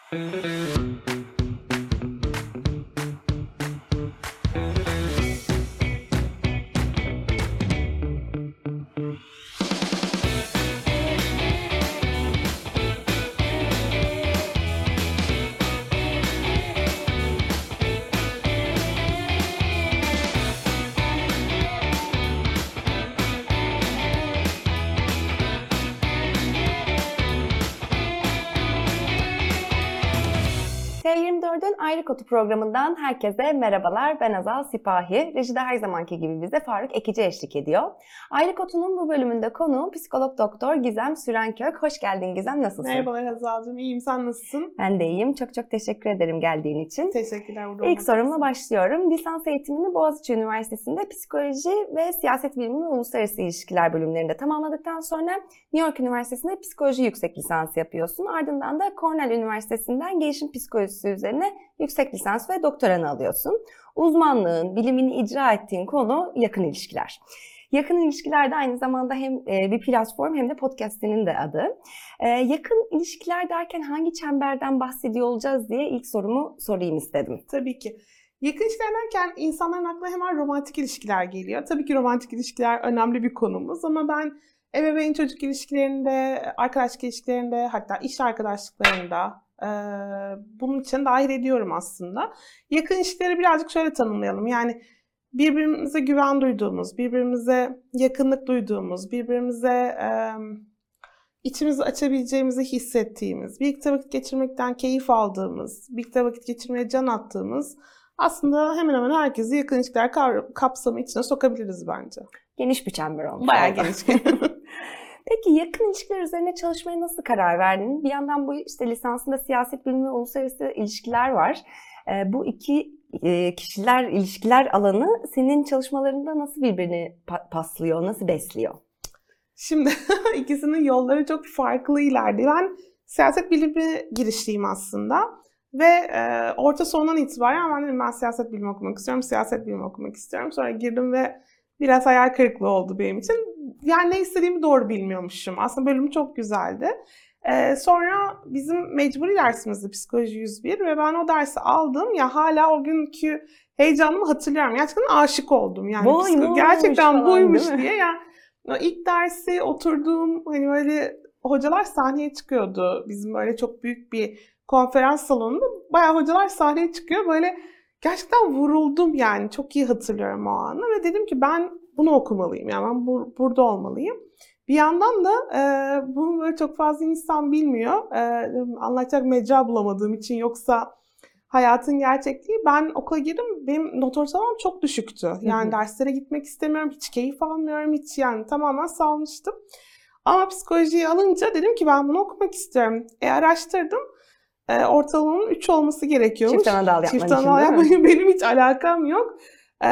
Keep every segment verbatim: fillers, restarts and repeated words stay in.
T yirmi dört'ün Ayrı Kotu programından herkese merhabalar. Ben Azal Sipahi. Rejide her zamanki gibi bize Faruk Ekici eşlik ediyor. Ayrı Kotu'nun bu bölümünde konuğu psikolog doktor Gizem Sürenkök. Hoş geldin Gizem, nasılsın? Merhabalar Azal'cığım, iyiyim. Sen nasılsın? Ben de iyiyim. Çok çok teşekkür ederim geldiğin için. Teşekkürler. İlk sorumla başlıyorum. Lisans eğitimini Boğaziçi Üniversitesi'nde Psikoloji ve Siyaset Bilimi ve Uluslararası İlişkiler bölümlerinde tamamladıktan sonra New York Üniversitesi'nde psikoloji yüksek lisansı yapıyorsun. Ardından da Cornell Üniversitesi'nden gelişim psikolojisi üzerine yüksek lisans ve doktoranı alıyorsun. Uzmanlığın, bilimini icra ettiğin konu yakın ilişkiler. Yakın ilişkiler de aynı zamanda hem bir platform hem de podcast'inin de adı. Yakın ilişkiler derken hangi çemberden bahsediyor olacağız diye ilk sorumu sorayım istedim. Tabii ki. Yakın ilişkiler derken insanların aklına hemen romantik ilişkiler geliyor. Tabii ki romantik ilişkiler önemli bir konumuz ama ben ebeveyn çocuk ilişkilerinde, arkadaşlık ilişkilerinde, hatta iş arkadaşlıklarında e, bunun için dahil ediyorum aslında. Yakın ilişkileri birazcık şöyle tanımlayalım. Yani birbirimize güven duyduğumuz, birbirimize yakınlık duyduğumuz, birbirimize e, içimizi açabileceğimizi hissettiğimiz, birlikte vakit geçirmekten keyif aldığımız, birlikte vakit geçirmeye can attığımız, aslında hemen hemen herkesi yakın ilişkiler kapsamı içine sokabiliriz bence. Geniş bir çember olmuş. Bayağı geniş. Peki yakın ilişkiler üzerine çalışmaya nasıl karar verdin? Bir yandan bu işte lisansında siyaset bilimi ve uluslararası ilişkiler var. Ee, bu iki e, kişiler, ilişkiler alanı senin çalışmalarında nasıl birbirini pa- paslıyor, nasıl besliyor? Şimdi ikisinin yolları çok farklı ilerdi. Ben siyaset bilimi girişliyim aslında. Ve e, orta sondan itibaren ben dedim ben siyaset bilimi okumak istiyorum, siyaset bilimi okumak istiyorum. Sonra girdim ve biraz hayal kırıklığı oldu benim için. Yani ne istediğimi doğru bilmiyormuşum. Aslında bölüm çok güzeldi. E, sonra bizim mecburi dersimizdi Psikoloji yüz bir ve ben o dersi aldım. Ya hala o günkü heyecanımı hatırlıyorum. Gerçekten aşık oldum. Yani Boy, psiko- boy, gerçekten falan, buymuş diye. Yani ilk dersi oturduğum hani böyle hocalar sahneye çıkıyordu. Bizim böyle çok büyük bir konferans salonunda bayağı hocalar sahneye çıkıyor. Böyle gerçekten vuruldum yani. Çok iyi hatırlıyorum o anı ve dedim ki ben bunu okumalıyım. Yani ben bu, burada olmalıyım. Bir yandan da e, bunu böyle çok fazla insan bilmiyor. E, anlatacak mecra bulamadığım için yoksa hayatın gerçekliği. Ben okula girdim. Benim not ortalamam çok düşüktü. Yani hı hı. Derslere gitmek istemiyorum. Hiç keyif almıyorum. Hiç yani tamamen salmıştım. Ama psikolojiyi alınca dedim ki ben bunu okumak istiyorum. E araştırdım. E, ortalamanın üç olması gerekiyormuş. Çift anadal yapman Çift için anadal değil yapman mi? Benim hiç alakam yok. E,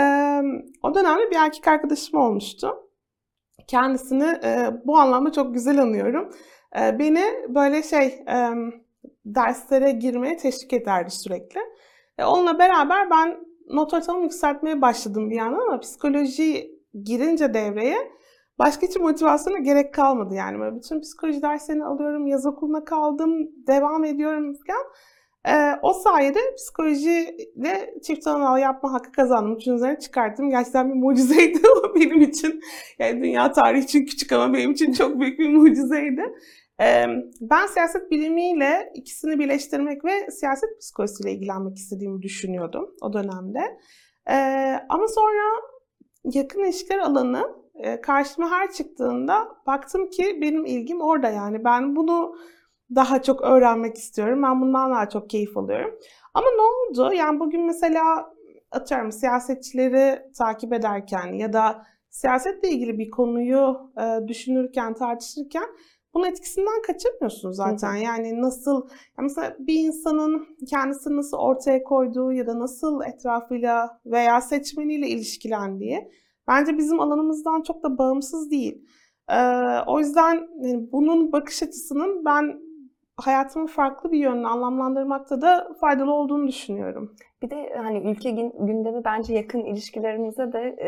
o dönemde bir erkek arkadaşım olmuştu. Kendisini e, bu anlamda çok güzel anıyorum. E, beni böyle şey e, derslere girmeye teşvik ederdi sürekli. E, onunla beraber ben not ortalamamı yükseltmeye başladım bir yandan ama psikoloji girince devreye başka hiç motivasyona gerek kalmadı yani. Böyle bütün psikoloji derslerini alıyorum, yaz okuluna kaldım, devam ediyorum falan. Ee, o sayede psikolojiyle çift anadal yapma hakkı kazandım. Üçün üzerine çıkarttım. Gerçekten bir mucizeydi o benim için. Yani dünya tarihi için küçük ama benim için çok büyük bir mucizeydi. Ee, ben siyaset bilimiyle ikisini birleştirmek ve siyaset psikolojisiyle ilgilenmek istediğimi düşünüyordum o dönemde. Ee, ama sonra yakın ilişkiler alanı karşıma her çıktığında baktım ki benim ilgim orada yani. Ben bunu daha çok öğrenmek istiyorum. Ben bundan daha çok keyif alıyorum. Ama ne oldu? Yani bugün mesela atıyorum siyasetçileri takip ederken ya da siyasetle ilgili bir konuyu e, düşünürken, tartışırken bunun etkisinden kaçamıyorsun zaten. Hı hı. Yani nasıl, yani mesela bir insanın kendisini nasıl ortaya koyduğu ya da nasıl etrafıyla veya seçmeniyle ilişkilendiği bence bizim alanımızdan çok da bağımsız değil. Ee, o yüzden yani bunun bakış açısının ben hayatımı farklı bir yönle anlamlandırmakta da faydalı olduğunu düşünüyorum. Bir de hani ülke gündemi bence yakın ilişkilerimize de e,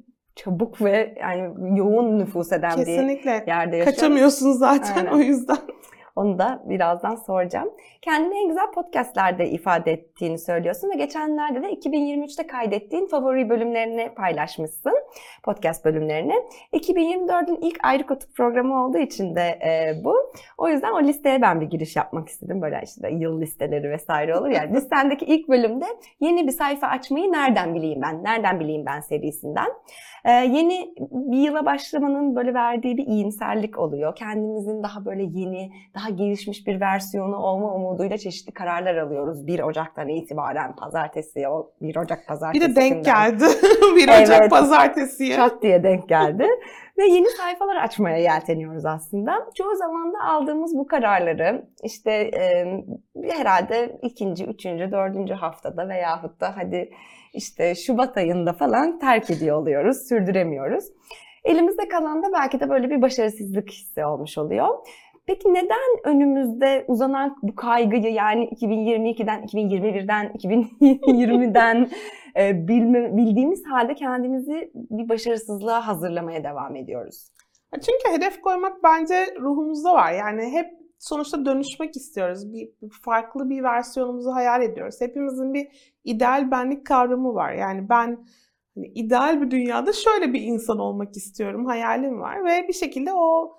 çabuk ve yani yoğun nüfus eden kesinlikle bir yerde yaşıyoruz. Kaçamıyorsun zaten. Aynen. O yüzden. Onu da birazdan soracağım. Kendini en güzel podcastlerde ifade ettiğini söylüyorsun ve geçenlerde de iki bin yirmi üçte kaydettiğin favori bölümlerini paylaşmışsın. Podcast bölümlerini. iki bin yirmi dördün ilk Ayrı Kutu programı olduğu için de e, bu. O yüzden o listeye ben bir giriş yapmak istedim. Böyle işte yıl listeleri vesaire olur ya. Listendeki ilk bölümde yeni bir sayfa açmayı nereden bileyim ben? Nereden bileyim ben serisinden. Ee, yeni bir yıla başlamanın böyle verdiği bir iyimserlik oluyor. Kendimizin daha böyle yeni, daha gelişmiş bir versiyonu olma umuduyla çeşitli kararlar alıyoruz. bir Ocak'tan itibaren pazartesi, o bir Ocak pazartesinden. Bir de denk geldi. bir Ocak Evet, pazartesiye. Çat diye denk geldi. Ve yeni sayfalar açmaya yelteniyoruz aslında. Çoğu zaman da aldığımız bu kararları işte e, herhalde ikinci, üçüncü, dördüncü haftada veyahut da hadi işte Şubat ayında falan terk ediyor oluyoruz, sürdüremiyoruz. Elimizde kalan da belki de böyle bir başarısızlık hissi olmuş oluyor. Peki neden önümüzde uzanan bu kaygıyı yani iki bin yirmi ikiden, iki bin yirmi birden, iki bin yirmiden e, bilme, bildiğimiz halde kendimizi bir başarısızlığa hazırlamaya devam ediyoruz? Çünkü hedef koymak bence ruhumuzda var. Yani hep sonuçta dönüşmek istiyoruz. Bir, farklı bir versiyonumuzu hayal ediyoruz. Hepimizin bir ideal benlik kavramı var. Yani ben hani ideal bir dünyada şöyle bir insan olmak istiyorum, hayalim var ve bir şekilde o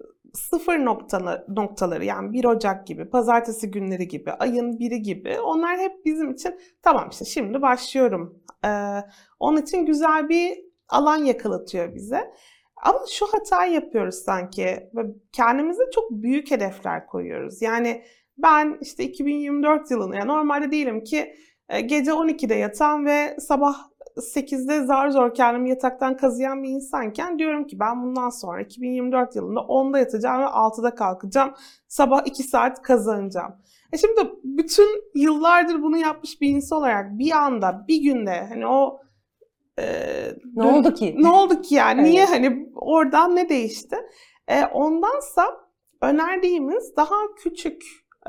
sıfır noktalı, noktaları yani bir Ocak gibi, pazartesi günleri gibi, ayın biri gibi onlar hep bizim için tamam işte şimdi başlıyorum. Ee, onun için güzel bir alan yakalatıyor bize. Ama şu hatayı yapıyoruz sanki. Kendimize çok büyük hedefler koyuyoruz. Yani ben işte iki bin yirmi dört yılını, yani normalde diyelim ki gece on ikide yatan ve sabah sekizde zar zor kendimi yataktan kazıyan bir insanken diyorum ki ben bundan sonra iki bin yirmi dört yılında onda yatacağım ve altıda kalkacağım. Sabah iki saat kazanacağım. E şimdi bütün yıllardır bunu yapmış bir insan olarak bir anda, bir günde hani o Ee, ne dün, oldu ki? Ne oldu ki yani? Evet. Niye hani oradan ne değişti? Ee, ondansa önerdiğimiz daha küçük e,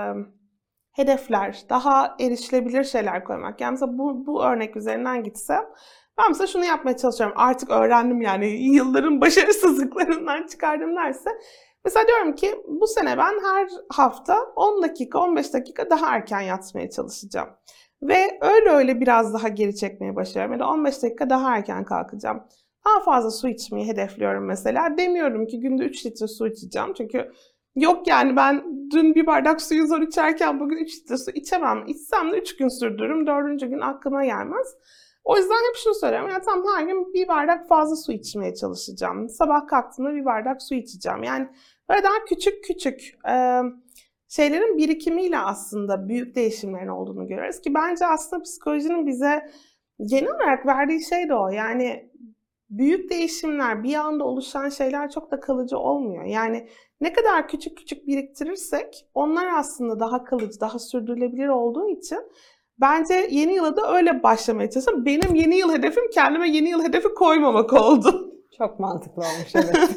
hedefler, daha erişilebilir şeyler koymak. Yani mesela bu, bu örnek üzerinden gitsem ben mesela şunu yapmaya çalışıyorum. Artık öğrendim yani yılların başarısızlıklarından çıkardım derse. Mesela diyorum ki bu sene ben her hafta on dakika, on beş dakika daha erken yatmaya çalışacağım. Ve öyle öyle biraz daha geri çekmeye başlıyorum. Ya da on beş dakika daha erken kalkacağım. Daha fazla su içmeyi hedefliyorum mesela. Demiyorum ki günde üç litre su içeceğim. Çünkü yok yani ben dün bir bardak suyu zor içerken bugün üç litre su içemem. İçsem de üç gün sürdürürüm. dördüncü gün aklıma gelmez. O yüzden hep şunu söylüyorum. Ya tamam her gün bir bardak fazla su içmeye çalışacağım. Sabah kalktığımda bir bardak su içeceğim. Yani böyle daha küçük küçük e, şeylerin birikimiyle aslında büyük değişimlerin olduğunu görüyoruz. Ki bence aslında psikolojinin bize genel olarak verdiği şey de o. Yani büyük değişimler, bir anda oluşan şeyler çok da kalıcı olmuyor. Yani ne kadar küçük küçük biriktirirsek onlar aslında daha kalıcı, daha sürdürülebilir olduğu için bence yeni yıla da öyle başlamaya çalışıyorum. Benim yeni yıl hedefim kendime yeni yıl hedefi koymamak oldu. Çok mantıklı olmuş evet.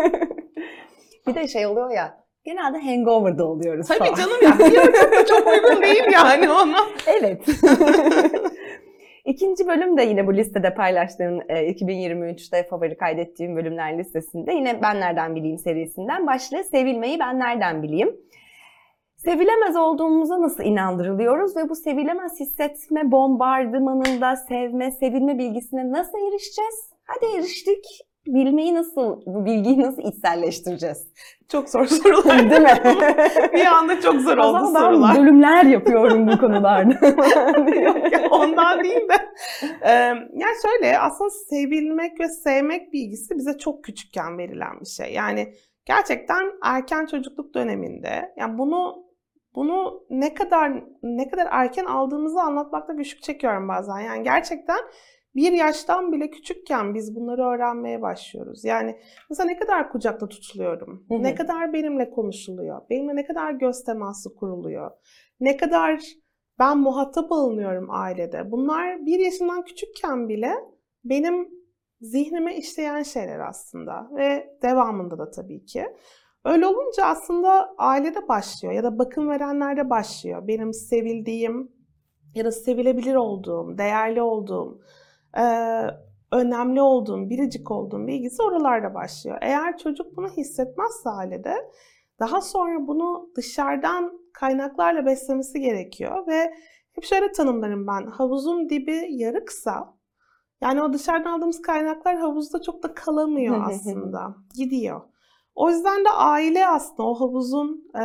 Bir de şey oluyor ya, genelde hangover'da oluyoruz Tabii falan. canım ya, bir Ocak da çok uygun değil yani ona. Evet. İkinci bölüm de yine bu listede paylaştığın iki bin yirmi üçte favori kaydettiğim bölümler listesinde yine Ben Nereden Bileyim serisinden başlığı Sevilmeyi Ben Nereden Bileyim. Sevilemez olduğumuza nasıl inandırılıyoruz ve bu sevilemez hissetme bombardımanında sevme, sevilme bilgisine nasıl erişeceğiz? Hadi eriştik. Bilmeyi nasıl, bu bilgiyi nasıl içselleştireceğiz? Çok zor sorular. Değil mi? Bir anda çok zor o oldu zaman sorular. Ben bölümler yapıyorum bu konularda. Yok ya, ondan değil de. Ee, yani şöyle, aslında sevilmek ve sevmek bilgisi bize çok küçükken verilen bir şey. Yani gerçekten erken çocukluk döneminde, yani bunu bunu ne kadar ne kadar erken aldığımızı anlatmakta güçlük çekiyorum bazen. Yani gerçekten bir yaştan bile küçükken biz bunları öğrenmeye başlıyoruz. Yani mesela ne kadar kucakta tutuluyorum, hı hı. ne kadar benimle konuşuluyor, benimle ne kadar göz teması kuruluyor, ne kadar ben muhatap alınıyorum ailede. Bunlar bir yaşından küçükken bile benim zihnime işleyen şeyler aslında ve devamında da tabii ki. Öyle olunca aslında ailede başlıyor ya da bakım verenlerde başlıyor. Benim sevildiğim ya da sevilebilir olduğum, değerli olduğum, Ee, önemli olduğum, biricik olduğum bilgisi oralarda başlıyor. Eğer çocuk bunu hissetmezse ailede daha sonra bunu dışarıdan kaynaklarla beslemesi gerekiyor ve hep şöyle tanımlarım ben. Havuzun dibi yarıksa, yani o dışarıdan aldığımız kaynaklar havuzda çok da kalamıyor aslında. Gidiyor. O yüzden de aile aslında o havuzun e,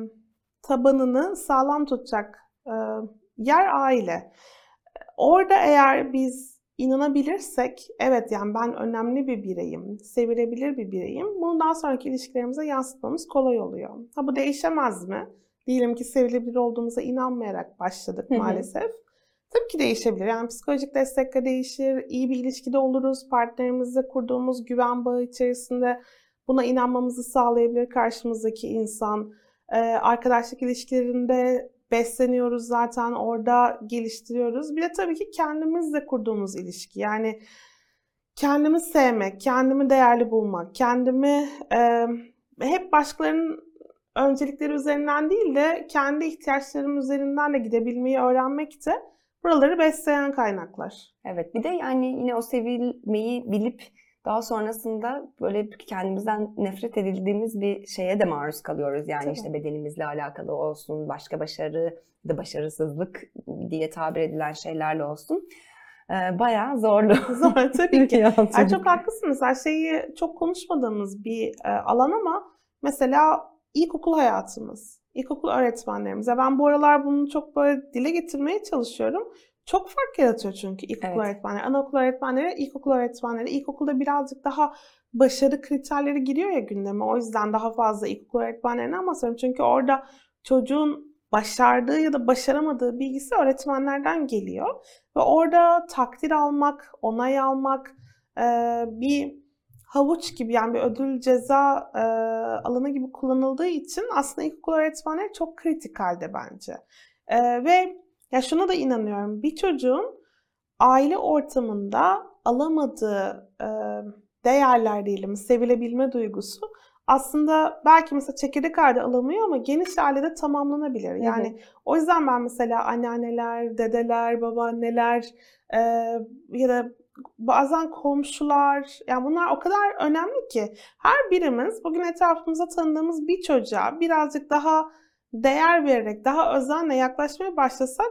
tabanını sağlam tutacak e, yer aile. Orada eğer biz inanabilirsek, evet yani ben önemli bir bireyim, sevilebilir bir bireyim, bunu daha sonraki ilişkilerimize yansıtmamız kolay oluyor. Ha bu değişemez mi? Diyelim ki sevilebilir olduğumuza inanmayarak başladık maalesef. Tabii ki değişebilir. Yani psikolojik destekle değişir, iyi bir ilişkide oluruz, partnerimizle kurduğumuz güven bağı içerisinde buna inanmamızı sağlayabilir karşımızdaki insan. Ee, arkadaşlık ilişkilerinde besleniyoruz zaten, orada geliştiriyoruz. Bir de tabii ki kendimizle kurduğumuz ilişki. Yani kendimi sevmek, kendimi değerli bulmak, kendimi e, hep başkalarının öncelikleri üzerinden değil de kendi ihtiyaçlarım üzerinden de gidebilmeyi öğrenmek de buraları besleyen kaynaklar. Evet, bir de yani yine o sevilmeyi bilip daha sonrasında böyle kendimizden nefret edildiğimiz bir şeye de maruz kalıyoruz. Yani Tabii. işte bedenimizle alakalı olsun, başka başarı ya da başarısızlık diye tabir edilen şeylerle olsun. Ee, bayağı zorlu. Zor tabii ki. Yani çok haklısın. Mesela şeyi çok konuşmadığımız bir e, alan ama mesela ilkokul hayatımız, ilkokul öğretmenlerimiz. Ya ben bu aralar bunu çok böyle dile getirmeye çalışıyorum. Çok fark yaratıyor çünkü ilkokul Evet. öğretmenleri, anaokul öğretmenleri, ilkokul öğretmenleri. İlkokulda birazcık daha başarı kriterleri giriyor ya gündeme. O yüzden daha fazla ilkokul öğretmenlerinden bahsediyorum. Çünkü orada çocuğun başardığı ya da başaramadığı bilgisi öğretmenlerden geliyor. Ve orada takdir almak, onay almak, bir havuç gibi, yani bir ödül ceza alanı gibi kullanıldığı için aslında ilkokul öğretmenleri çok kritik halde bence. Ve ya şuna da inanıyorum, bir çocuğun aile ortamında alamadığı değerler diyelim, sevilebilme duygusu aslında belki mesela çekirdek ailede alamıyor ama geniş ailede tamamlanabilir. Yani hı hı. O yüzden ben mesela anneanneler, dedeler, babaanneler e, ya da bazen komşular, yani bunlar o kadar önemli ki her birimiz bugün etrafımızda tanıdığımız bir çocuğa birazcık daha değer vererek, daha özenle yaklaşmaya başlasak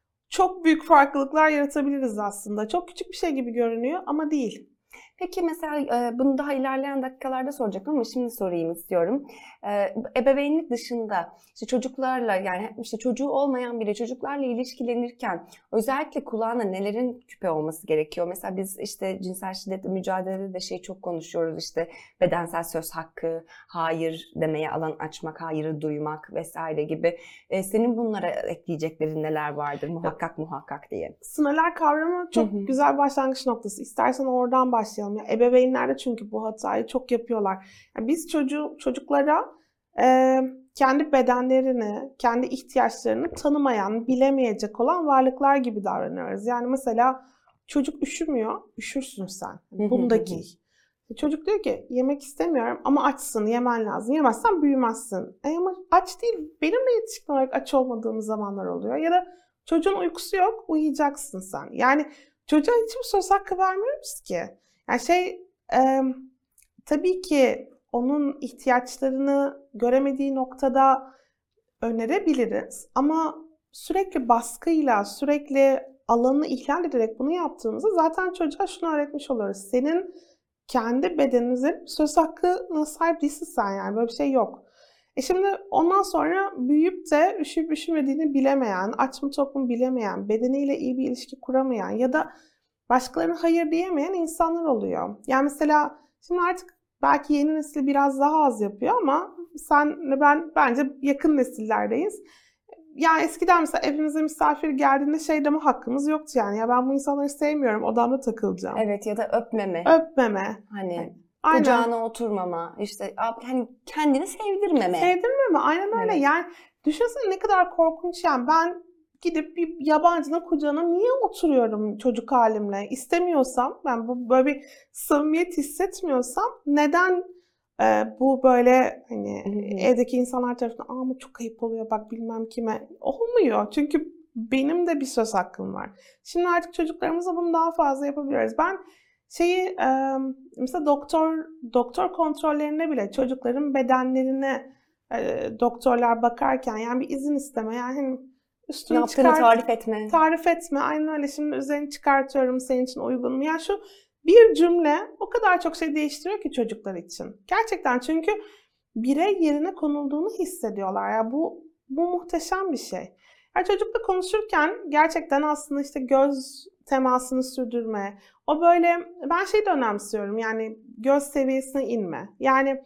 çok büyük farklılıklar yaratabiliriz aslında. Çok küçük bir şey gibi görünüyor ama değil. Peki mesela bunu daha ilerleyen dakikalarda soracaktım ama şimdi sorayım istiyorum. Ebeveynlik dışında işte çocuklarla, yani işte çocuğu olmayan biri çocuklarla ilişkilenirken özellikle kulağına nelerin küpe olması gerekiyor? Mesela biz işte cinsel şiddetle mücadelede de şey çok konuşuyoruz, işte bedensel söz hakkı, hayır demeye alan açmak, hayırı duymak vesaire gibi. Senin bunlara ekleyeceklerin neler vardır muhakkak muhakkak diye? Sınırlar kavramı çok hı hı. güzel bir başlangıç noktası. İstersen oradan başlayalım. Ya, ebeveynler de çünkü bu hatayı çok yapıyorlar. Yani biz çocuğu, çocuklara e, kendi bedenlerini, kendi ihtiyaçlarını tanımayan, bilemeyecek olan varlıklar gibi davranıyoruz. Yani mesela çocuk üşümüyor, üşürsün sen. Bunu da giy. Çocuk diyor ki yemek istemiyorum ama açsın, yemen lazım. Yemezsen büyümezsin. E ama aç değil, benim de yetişkin olarak aç olmadığım zamanlar oluyor. Ya da çocuğun uykusu yok, uyuyacaksın sen. Yani çocuğa hiçbir söz hakkı vermiyoruz ki. Yani şey, e, tabii ki onun ihtiyaçlarını göremediği noktada önerebiliriz. Ama sürekli baskıyla, sürekli alanını ihlal ederek bunu yaptığımızda zaten çocuğa şunu öğretmiş oluruz. Senin kendi bedeninize söz hakkına sahip değilsin sen, yani böyle bir şey yok. E şimdi ondan sonra büyüyüp de üşüyüp üşümediğini bilemeyen, aç mı tok mu bilemeyen, bedeniyle iyi bir ilişki kuramayan ya da başkalarına hayır diyemeyen insanlar oluyor. Yani mesela şimdi artık belki yeni nesil biraz daha az yapıyor ama senle ben bence yakın nesillerdeyiz. Yani eskiden mesela evimize misafir geldiğinde şey deme hakkımız yoktu yani. Ya ben bu insanları sevmiyorum, odamda takılacağım. Evet, ya da öpmeme. Öpmeme. Hani aynen. Kucağına oturmama, işte hani kendini sevdirmeme. Sevdirmeme, aynen öyle. Evet. Yani düşünsene ne kadar korkunç yani. Ben gidip bir yabancının kucağına niye oturuyorum çocuk halimle? İstemiyorsam, ben bu böyle bir samimiyet hissetmiyorsam neden e, bu böyle hani hı-hı. evdeki insanlar tarafından aa ama çok ayıp oluyor bak bilmem kime, olmuyor. Çünkü benim de bir söz hakkım var. Şimdi artık çocuklarımıza bunu daha fazla yapabiliyoruz. Ben şeyi mesela doktor doktor kontrollerine bile çocukların bedenlerine e, doktorlar bakarken yani bir izin isteme yani hani üstünü Yaptığını çıkart, tarif etme. tarif etme. Aynen öyle. Şimdi üzerini çıkartıyorum, senin için uygun mu? Yani şu bir cümle o kadar çok şey değiştiriyor ki çocuklar için. Gerçekten, çünkü birey yerine konulduğunu hissediyorlar. Ya bu bu muhteşem bir şey. Yani çocukla konuşurken gerçekten aslında işte göz temasını sürdürme. O böyle, ben şeyi de önemsiyorum. Yani göz seviyesine inme. Yani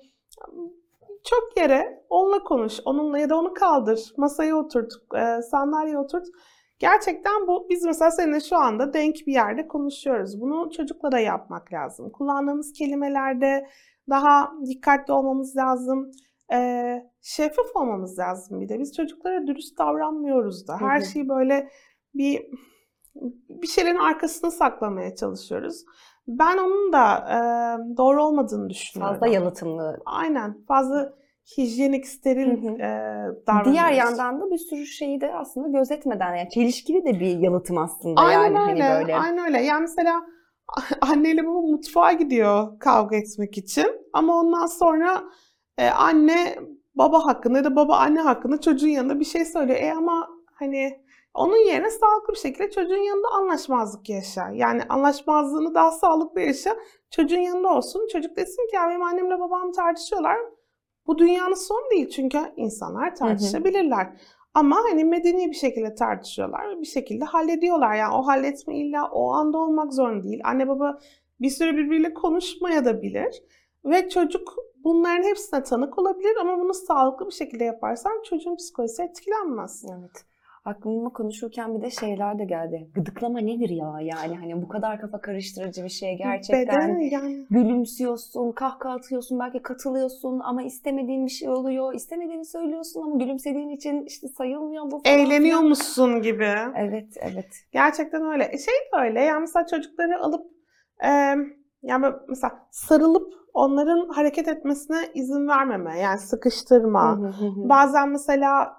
çok yere onunla konuş, onunla ya da onu kaldır, masaya oturt, e, sandalyeye oturt. Gerçekten bu, biz mesela seninle şu anda denk bir yerde konuşuyoruz. Bunu çocukla da yapmak lazım. Kullandığımız kelimelerde daha dikkatli olmamız lazım. E, şeffaf olmamız lazım bir de. Biz çocuklara dürüst davranmıyoruz da. Her şeyi böyle bir bir şeylerin arkasına saklamaya çalışıyoruz. Ben onun da e, doğru olmadığını düşünüyorum. Fazla yalıtımlı. Aynen. Fazla hijyenik, steril Hı hı. e, davranıyoruz. Diğer yandan da bir sürü şeyi de aslında gözetmeden, yani çelişkili de bir yalıtım aslında. Aynen yani öyle. Hani böyle. Aynen öyle. Yani mesela anneyle baba mutfağa gidiyor kavga etmek için. Ama ondan sonra e, anne baba hakkında ya da baba anne hakkında çocuğun yanında bir şey söylüyor. E ama hani onun yerine sağlıklı bir şekilde çocuğun yanında anlaşmazlık yaşa. Yani anlaşmazlığını daha sağlıklı yaşa. Çocuğun yanında olsun. Çocuk desin ki ya benim annemle babam tartışıyorlar. Bu dünyanın sonu değil, çünkü insanlar tartışabilirler. Hı hı. Ama hani medeni bir şekilde tartışıyorlar ve bir şekilde hallediyorlar. Yani o halletme illa o anda olmak zorunda değil. Anne baba bir süre birbiriyle konuşmaya da bilir. Ve çocuk bunların hepsine tanık olabilir ama bunu sağlıklı bir şekilde yaparsan çocuğun psikolojisi etkilenmez. Evet. Aklıma konuşurken bir de şeyler de geldi. Gıdıklama nedir ya? Yani hani bu kadar kafa karıştırıcı bir şey gerçekten. Beden yani. Gülümsüyorsun, kahkaha atıyorsun, belki katılıyorsun ama istemediğin bir şey oluyor. İstemediğini söylüyorsun ama gülümsediğin için işte sayılmıyor bu falan. Eğleniyormuşsun gibi. Evet, evet. Gerçekten öyle. E şey de öyle. Yani mesela çocukları alıp e, yani mesela sarılıp onların hareket etmesine izin vermeme. Yani sıkıştırma. Hı hı hı. Bazen mesela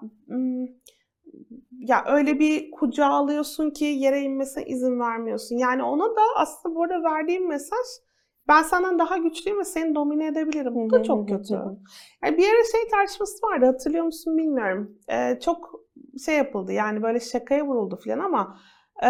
ya öyle bir kucağa alıyorsun ki yere inmesine izin vermiyorsun. Yani ona da aslında bu arada verdiğim mesaj, ben senden daha güçlüyüm ve seni domine edebilirim. Bu da çok kötü. Yani bir ara şey tartışması vardı, hatırlıyor musun bilmiyorum. Ee, çok şey yapıldı, yani böyle şakaya vuruldu falan ama e,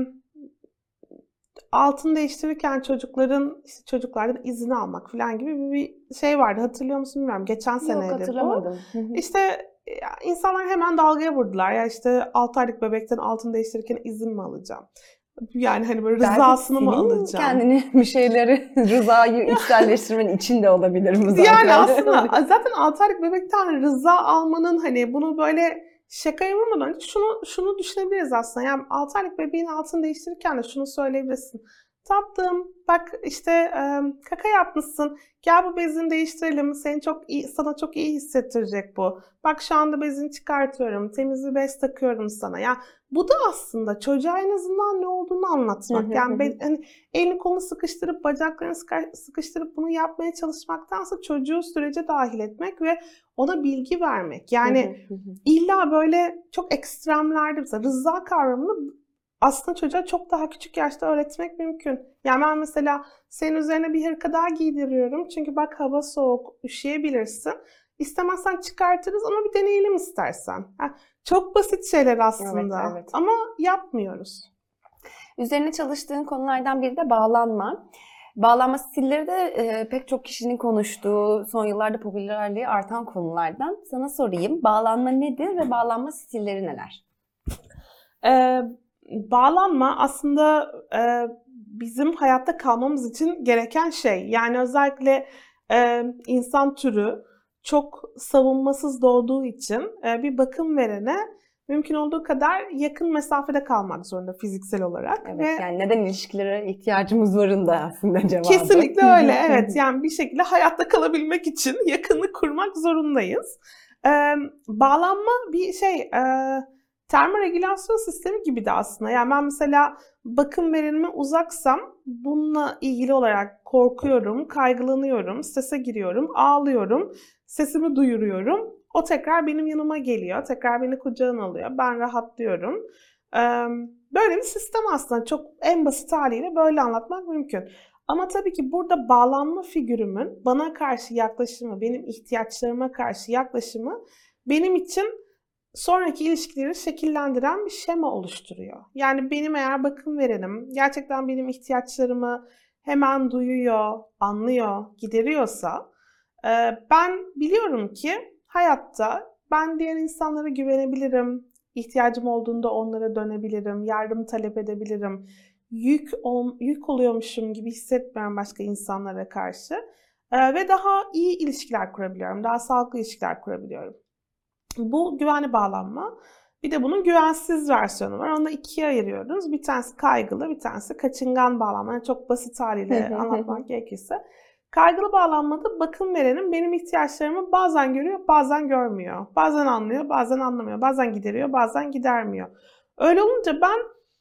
altını değiştirirken çocukların işte çocuklardan izin almak falan gibi bir şey vardı. Hatırlıyor musun bilmiyorum. Geçen seneydi bu. Yok, hatırlamadım. İşte ya, insanlar hemen dalgaya vurdular. Ya işte altı aylık bebekten altını değiştirirken izin mi alacağım? Yani hani böyle rızasını mı alacağım? Kendini bir şeyleri, rızayı içselleştirmenin içinde olabilir mi zaten? Yani aslında zaten altı aylık bebekten rıza almanın, hani bunu böyle şakaya vurmadan önce şunu şunu düşünebiliriz aslında. Yani altı aylık bebeğin altını değiştirirken de şunu söyleyebilirsin. Tatlım, bak işte e, kaka yapmışsın. Gel bu bezini değiştirelim. Seni çok iyi, sana çok iyi hissettirecek bu. Bak şu anda bezini çıkartıyorum. Temiz bir bez takıyorum sana. Ya bu da aslında çocuğa en azından ne olduğunu anlatmak. Yani ben, hani elini kolunu sıkıştırıp bacaklarını sıkıştırıp bunu yapmaya çalışmaktansa çocuğu sürece dahil etmek ve ona bilgi vermek. Yani illa böyle çok ekstremlerde, mesela rıza kavramını aslında çocuğa çok daha küçük yaşta öğretmek mümkün. Yani ben mesela senin üzerine bir hırka daha giydiriyorum. Çünkü bak hava soğuk, üşüyebilirsin. İstemezsen çıkartırız ama bir deneyelim istersen. Yani çok basit şeyler aslında. Evet, evet. Ama yapmıyoruz. Üzerine çalıştığın konulardan biri de bağlanma. Bağlanma stilleri de e, pek çok kişinin konuştuğu, son yıllarda popülerliği artan konulardan. Sana sorayım, bağlanma nedir ve bağlanma stilleri neler? Ee, bağlanma aslında e, bizim hayatta kalmamız için gereken şey. Yani özellikle e, insan türü çok savunmasız doğduğu için e, bir bakım verene mümkün olduğu kadar yakın mesafede kalmak zorunda fiziksel olarak. Evet, ve yani neden ilişkilere ihtiyacımız varın da aslında cevabı. Kesinlikle öyle, evet. Yani bir şekilde hayatta kalabilmek için yakınlık kurmak zorundayız. Ee, bağlanma bir şey, e, termoregülasyon sistemi gibi de aslında. Yani ben mesela bakım verenime uzaksam bununla ilgili olarak korkuyorum, kaygılanıyorum, strese giriyorum, ağlıyorum, sesimi duyuruyorum. O tekrar benim yanıma geliyor, tekrar beni kucağına alıyor, ben rahatlıyorum. Böyle bir sistem aslında, çok en basit haliyle böyle anlatmak mümkün. Ama tabii ki burada bağlanma figürümün bana karşı yaklaşımı, benim ihtiyaçlarıma karşı yaklaşımı benim için sonraki ilişkileri şekillendiren bir şema oluşturuyor. Yani benim eğer bakım verenim gerçekten benim ihtiyaçlarımı hemen duyuyor, anlıyor, gideriyorsa ben biliyorum ki hayatta ben diğer insanlara güvenebilirim, ihtiyacım olduğunda onlara dönebilirim, yardım talep edebilirim. Yük, ol, yük oluyormuşum gibi hissetmiyorum başka insanlara karşı ee, ve daha iyi ilişkiler kurabiliyorum, daha sağlıklı ilişkiler kurabiliyorum. Bu güvenli bağlanma. Bir de bunun güvensiz versiyonu var. Onu da ikiye ayırıyoruz. Bir tanesi kaygılı, bir tanesi kaçıngan bağlanma. Yani çok basit haliyle anlatmak gerekirse. Kaygılı bağlanmada bakım verenim benim ihtiyaçlarımı bazen görüyor, bazen görmüyor. Bazen anlıyor, bazen anlamıyor. Bazen gideriyor, bazen gidermiyor. Öyle olunca ben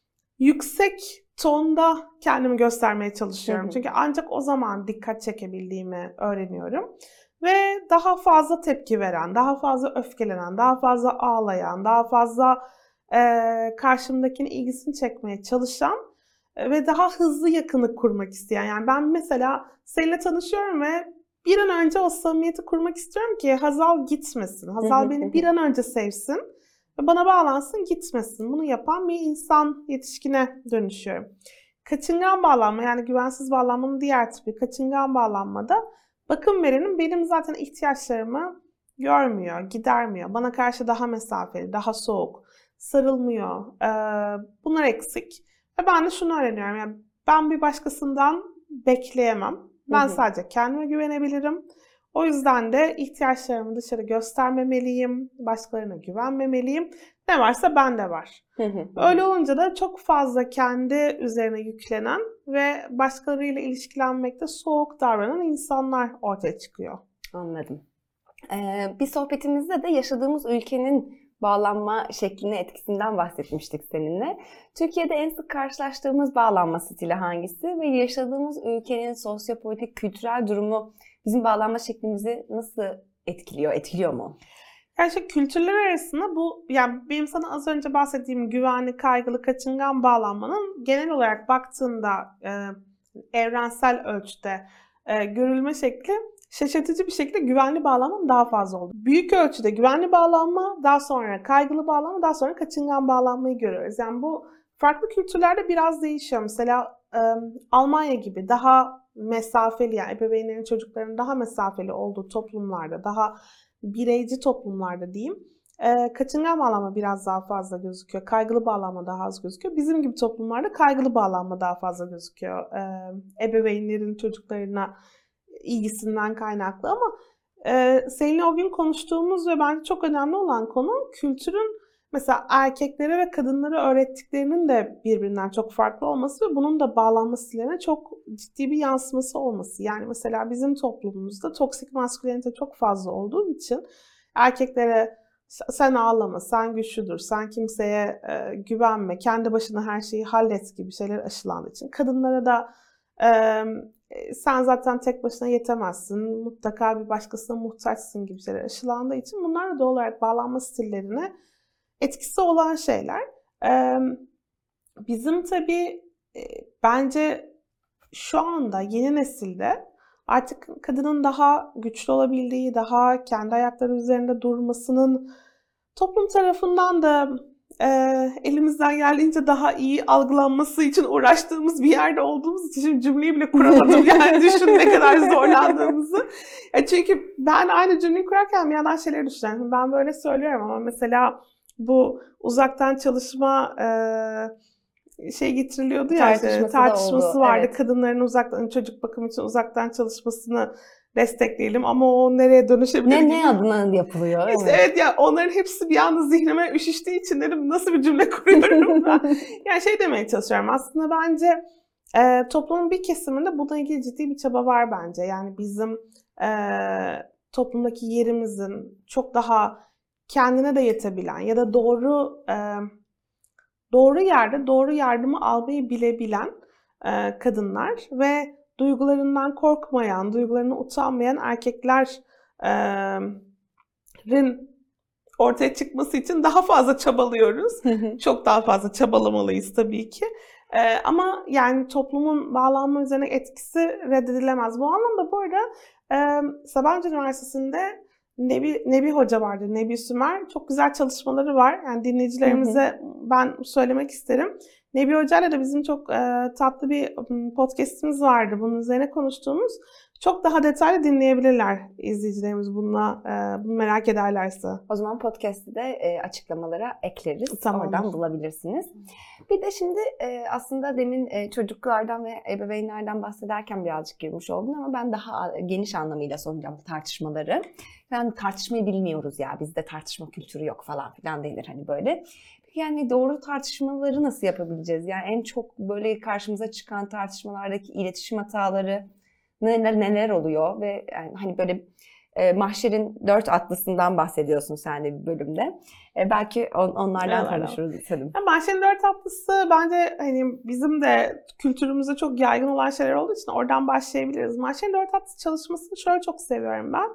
yüksek tonda kendimi göstermeye çalışıyorum. Çünkü ancak o zaman dikkat çekebildiğimi öğreniyorum. Ve daha fazla tepki veren, daha fazla öfkelenen, daha fazla ağlayan, daha fazla e, karşımdakinin ilgisini çekmeye çalışan e, ve daha hızlı yakınlık kurmak isteyen. Yani ben mesela seninle tanışıyorum ve bir an önce o samimiyeti kurmak istiyorum ki Hazal gitmesin. Hazal beni bir an önce sevsin ve bana bağlansın, gitmesin. Bunu yapan bir insan, yetişkine dönüşüyorum. Kaçıngan bağlanma, yani güvensiz bağlanmanın diğer tipi kaçıngan bağlanmada bakım verenim benim zaten ihtiyaçlarımı görmüyor, gidermiyor. Bana karşı daha mesafeli, daha soğuk, sarılmıyor. Ee, bunlar eksik. Ve ben de şunu öğreniyorum. Yani ben bir başkasından bekleyemem. Ben sadece kendime güvenebilirim. O yüzden de ihtiyaçlarımı dışarı göstermemeliyim, başkalarına güvenmemeliyim. Ne varsa bende var. Öyle olunca da çok fazla kendi üzerine yüklenen ve başkalarıyla ilişkilenmekte soğuk davranan insanlar ortaya çıkıyor. Anladım. Ee, bir sohbetimizde de yaşadığımız ülkenin bağlanma şekline, etkisinden bahsetmiştik seninle. Türkiye'de en sık karşılaştığımız bağlanma stili hangisi ve yaşadığımız ülkenin sosyopolitik, kültürel durumu bizim bağlanma şeklimizi nasıl etkiliyor, etkiliyor mu? Yani işte kültürler arasında bu, yani benim sana az önce bahsettiğim güvenli, kaygılı, kaçıngan bağlanmanın genel olarak baktığında e, evrensel ölçüde e, görülme şekli şaşırtıcı bir şekilde güvenli bağlanmanın daha fazla oldu. Büyük ölçüde güvenli bağlanma, daha sonra kaygılı bağlanma, daha sonra kaçıngan bağlanmayı görüyoruz. Yani bu farklı kültürlerde biraz değişiyor. Mesela e, Almanya gibi daha mesafeli, yani ebeveynlerin çocukların daha mesafeli olduğu toplumlarda, daha bireyci toplumlarda diyeyim, e, kaçıngan bağlanma biraz daha fazla gözüküyor. Kaygılı bağlanma daha az gözüküyor. Bizim gibi toplumlarda kaygılı bağlanma daha fazla gözüküyor. E, ebeveynlerin çocuklarına ilgisinden kaynaklı ama e, seninle o gün konuştuğumuz ve bence çok önemli olan konu kültürün mesela erkeklere ve kadınlara öğrettiklerinin de birbirinden çok farklı olması ve bunun da bağlanma stillerine çok ciddi bir yansıması olması. Yani mesela bizim toplumumuzda toksik maskülenite çok fazla olduğu için erkeklere sen ağlama, sen güçlüdür, sen kimseye e, güvenme, kendi başına her şeyi hallet gibi şeyler aşılandığı için kadınlara da e, sen zaten tek başına yetemezsin, mutlaka bir başkasına muhtaçsın gibi şeyler aşılandığı için bunlar da doğal olarak bağlanma stillerine etkisi olan şeyler. Ee, bizim tabii e, bence şu anda yeni nesilde artık kadının daha güçlü olabildiği, daha kendi ayakları üzerinde durmasının toplum tarafından da e, elimizden geldiğince daha iyi algılanması için uğraştığımız bir yerde olduğumuz için şimdi cümleyi bile kuramadım. Yani düşün ne kadar zorlandığımızı. E çünkü ben aynı cümleyi kurarken bir yandan şeyleri düşünüyorum. Ben böyle söylüyorum ama mesela bu uzaktan çalışma e, şey getiriliyordu ya, tartışması, işte, tartışması vardı. Evet. Kadınların uzaktan çocuk bakımı için uzaktan çalışmasını destekleyelim ama o nereye dönüşebilir Ne gibi. ne adına yapılıyor? İşte evet. evet ya, onların hepsi bir anda zihnime üşüştüğü için dedim nasıl bir cümle kuruyorum ben. Yani şey demeye çalışıyorum aslında, bence e, toplumun bir kesiminde bununla ilgili ciddi bir çaba var bence. Yani bizim e, toplumdaki yerimizin çok daha kendine de yetebilen ya da doğru e, doğru yerde doğru yardımı almayı bilebilen e, kadınlar ve duygularından korkmayan, duygularına utanmayan erkeklerin ortaya çıkması için daha fazla çabalıyoruz. Çok daha fazla çabalamalıyız tabii ki. Ee, ama yani toplumun bağlanma üzerine etkisi reddedilemez. Bu anlamda bu arada e, Sabancı Üniversitesi'nde Nebi, Nebi Hoca vardır, Nebi Sümer. Çok güzel çalışmaları var. Yani dinleyicilerimize hı hı. ben söylemek isterim. Nebi Hoca'yla da bizim çok e, tatlı bir podcast'imiz vardı. Bunun üzerine konuştuğumuz. Çok daha detaylı dinleyebilirler izleyicilerimiz bununla, e, bunu merak ederlerse. O zaman podcast'ı da e, açıklamalara ekleriz. Tamam. Oradan bulabilirsiniz. Bir de şimdi e, aslında demin e, çocuklardan ve ebeveynlerden bahsederken birazcık girmiş oldun ama ben daha geniş anlamıyla soracağım tartışmaları. Yani tartışmayı bilmiyoruz ya, bizde tartışma kültürü yok falan filan denir hani böyle. Yani doğru tartışmaları nasıl yapabileceğiz? Yani en çok böyle karşımıza çıkan tartışmalardaki iletişim hataları neler neler oluyor ve yani hani böyle e, Mahşer'in dört atlısından bahsediyorsun sen de bir bölümde. E, belki on, onlardan evet, konuşuruz istedim. Mahşer'in dört atlısı bence hani bizim de kültürümüzde çok yaygın olan şeyler olduğu için oradan başlayabiliriz. Mahşer'in dört atlısı çalışmasını şöyle çok seviyorum ben.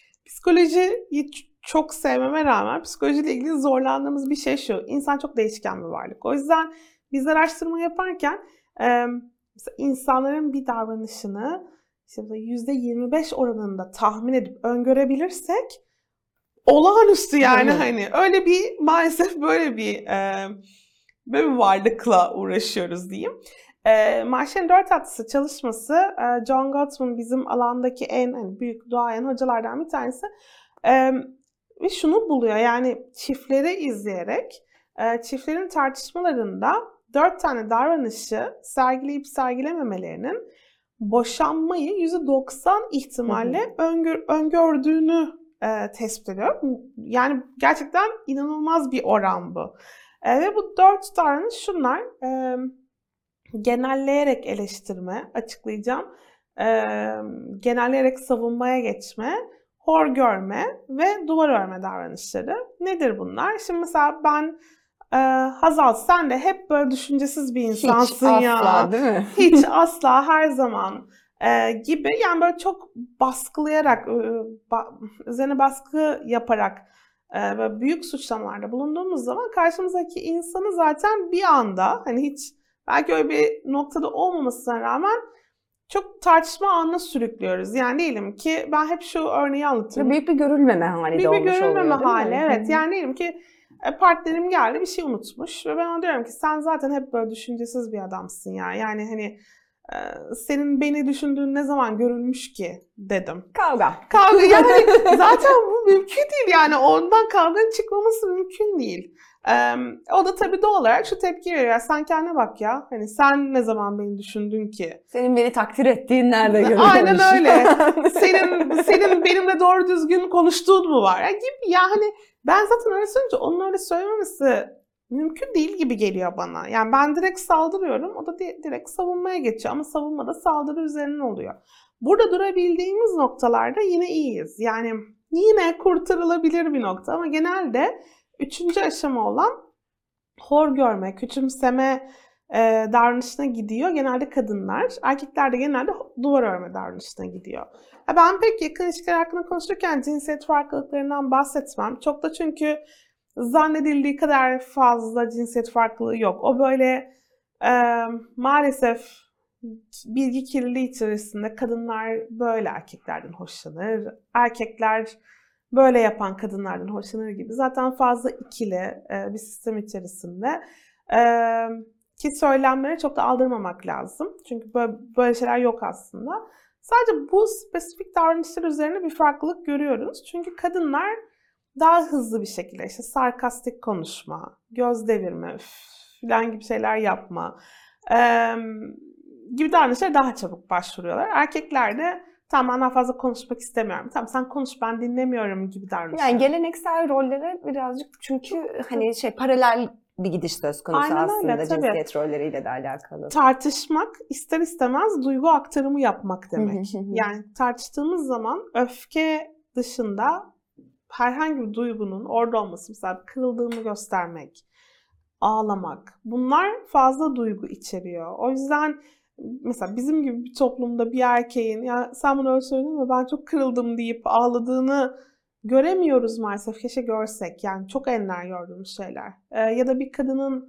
Psikolojiyi çok sevmeme rağmen psikolojiyle ilgili zorlandığımız bir şey şu. İnsan çok değişken bir varlık. O yüzden biz araştırma yaparken e, mesela insanların bir davranışını işte yüzde yirmi beş oranında tahmin edip öngörebilirsek olağanüstü yani hani öyle bir maalesef böyle bir e, böyle bir varlıkla uğraşıyoruz diyeyim. E, Mahşer'in dört atlısı çalışması e, John Gottman bizim alandaki en hani, büyük duayen hocalardan bir tanesi e, ve şunu buluyor yani çiftleri izleyerek e, çiftlerin tartışmalarında dört tane davranışı sergileyip sergilememelerinin boşanmayı yüzde doksan ihtimalle hı hı. Öngör, öngördüğünü e, tespit ediyor. Yani gerçekten inanılmaz bir oran bu. E, ve bu dört davranış şunlar. E, genelleyerek eleştirme, açıklayacağım. E, genelleyerek savunmaya geçme, hor görme ve duvar örme davranışları. Nedir bunlar? Şimdi mesela ben Ee, Hazal sen de hep böyle düşüncesiz bir insansın Hiç ya. Hiç asla değil mi? Hiç asla her zaman e, gibi. Yani böyle çok baskılayarak, e, ba, üzerine baskı yaparak e, böyle büyük suçlamalarda bulunduğumuz zaman karşımızdaki insanı zaten bir anda hani hiç belki öyle bir noktada olmamasına rağmen çok tartışma anına sürüklüyoruz. Yani diyelim ki ben hep şu örneği anlatayım. Büyük bir görülmeme hali de olmuş oluyor. Büyük bir görülmeme hali mi? evet. Yani diyelim ki partnerim geldi bir şey unutmuş ve ben ona diyorum ki sen zaten hep böyle düşüncesiz bir adamsın ya. Yani hani senin beni düşündüğün ne zaman görülmüş ki dedim. Kavga. Kavga yani zaten bu mümkün değil yani ondan kavganın çıkmaması mümkün değil. Ee, o da tabii doğal olarak şu tepki veriyor. Sen kendine bak ya. Hani sen ne zaman beni düşündün ki? Senin beni takdir ettiğin nerede görülmüş? Aynen öyle. senin senin benimle doğru düzgün konuştuğun mu var? Yani gibi ya hani ben zaten öyle söyleyince onun öyle söylememesi mümkün değil gibi geliyor bana. Yani ben direkt saldırıyorum. O da direkt savunmaya geçiyor. Ama savunmada saldırı üzerinden oluyor. Burada durabildiğimiz noktalarda yine iyiyiz. Yani yine kurtarılabilir bir nokta ama genelde üçüncü aşama olan hor görme, küçümseme e, davranışına gidiyor. Genelde kadınlar, erkekler de genelde duvar örme davranışına gidiyor. Ben pek yakın ilişkiler hakkında konuşurken cinsiyet farklılıklarından bahsetmem. Çok da çünkü zannedildiği kadar fazla cinsiyet farklılığı yok. O böyle e, maalesef bilgi kirliliği içerisinde kadınlar böyle erkeklerden hoşlanır. Erkekler böyle yapan kadınlardan hoşlanır gibi. Zaten fazla ikili e, bir sistem içerisinde. E, ki söylemlere çok da aldırmamak lazım. Çünkü böyle, böyle şeyler yok aslında. Sadece bu spesifik davranışlar üzerine bir farklılık görüyoruz. Çünkü kadınlar daha hızlı bir şekilde işte sarkastik konuşma, göz devirme falan gibi şeyler yapma e, gibi davranışlara daha çabuk başvuruyorlar. Erkekler de tamam ben daha fazla konuşmak istemiyorum. Tamam sen konuş ben dinlemiyorum gibi davranışlar. Yani geleneksel rollere birazcık çünkü hani şey paralel bir gidiş söz konusu aynen aslında öyle, cinsiyet rolleriyle de alakalı. Tartışmak ister istemez duygu aktarımı yapmak demek. Yani tartıştığımız zaman öfke dışında herhangi bir duygunun orada olması, mesela kırıldığını göstermek, ağlamak, bunlar fazla duygu içeriyor. O yüzden mesela bizim gibi bir toplumda bir erkeğin ya sen bunu öyle söyledin mi ben çok kırıldım deyip ağladığını göremiyoruz maalesef. Keşke görsek. Yani çok enler gördüğümüz şeyler. Ee, ya da bir kadının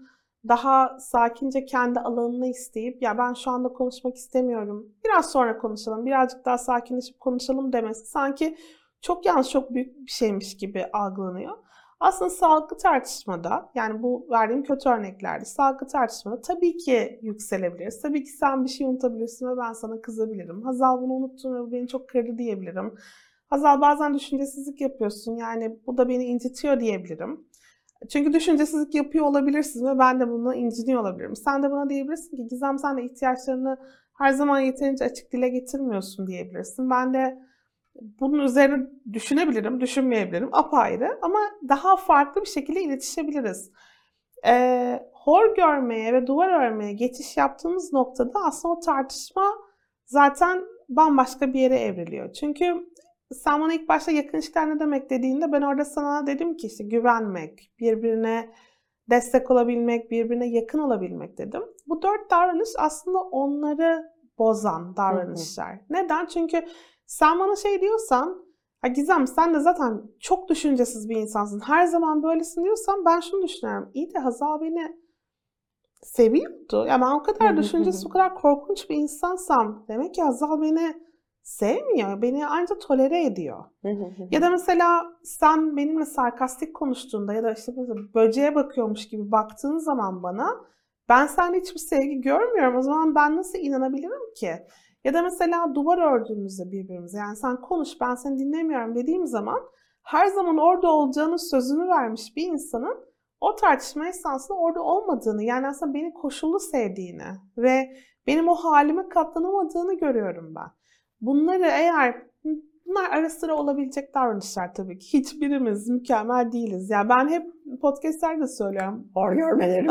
daha sakince kendi alanını isteyip ya ben şu anda konuşmak istemiyorum, biraz sonra konuşalım, birazcık daha sakinleşip konuşalım demesi sanki çok yanlış, çok büyük bir şeymiş gibi algılanıyor. Aslında sağlıklı tartışmada, yani bu verdiğim kötü örneklerde, sağlıklı tartışmada tabii ki yükselebiliriz. Tabii ki sen bir şey unutabilirsin ve ben sana kızabilirim. Hazal bunu unuttun ve bu beni çok kırdı diyebilirim. Hazal bazen düşüncesizlik yapıyorsun, yani bu da beni incitiyor diyebilirim. Çünkü düşüncesizlik yapıyor olabilirsin ve ben de buna inciniyor olabilirim. Sen de bana diyebilirsin ki Gizem sen de ihtiyaçlarını her zaman yeterince açık dile getirmiyorsun diyebilirsin. Ben de bunun üzerine düşünebilirim, düşünmeyebilirim, apayrı ama daha farklı bir şekilde iletişebiliriz. Ee, hor görmeye ve duvar örmeye geçiş yaptığımız noktada aslında o tartışma zaten bambaşka bir yere evriliyor. Çünkü sen bana ilk başta yakın ilişkiler ne demek dediğinde ben orada sana dedim ki işte güvenmek, birbirine destek olabilmek, birbirine yakın olabilmek dedim. Bu dört davranış aslında onları bozan davranışlar. Hı hı. Neden? Çünkü sen bana şey diyorsan, Gizem sen de zaten çok düşüncesiz bir insansın, her zaman böylesin diyorsan ben şunu düşünüyorum. İyi de Hazal beni seviyordu. Ya ben o kadar düşüncesiz, o kadar korkunç bir insansam demek ki Hazal beni sevmiyor, beni ancak tolere ediyor. Ya da mesela sen benimle sarkastik konuştuğunda ya da işte böceğe bakıyormuş gibi baktığın zaman bana ben sende hiçbir sevgi görmüyorum. O zaman ben nasıl inanabilirim ki? Ya da mesela duvar ördüğümüzde birbirimize, yani sen konuş ben seni dinlemiyorum dediğim zaman her zaman orada olacağını sözünü vermiş bir insanın o tartışma esnasında orada olmadığını, yani aslında beni koşullu sevdiğini ve benim o halime katlanamadığını görüyorum ben. Bunları eğer, bunlar ara sıra olabilecek davranışlar tabii ki. Hiçbirimiz mükemmel değiliz. Yani ben hep podcastlerde söylüyorum. Hor görmelerimi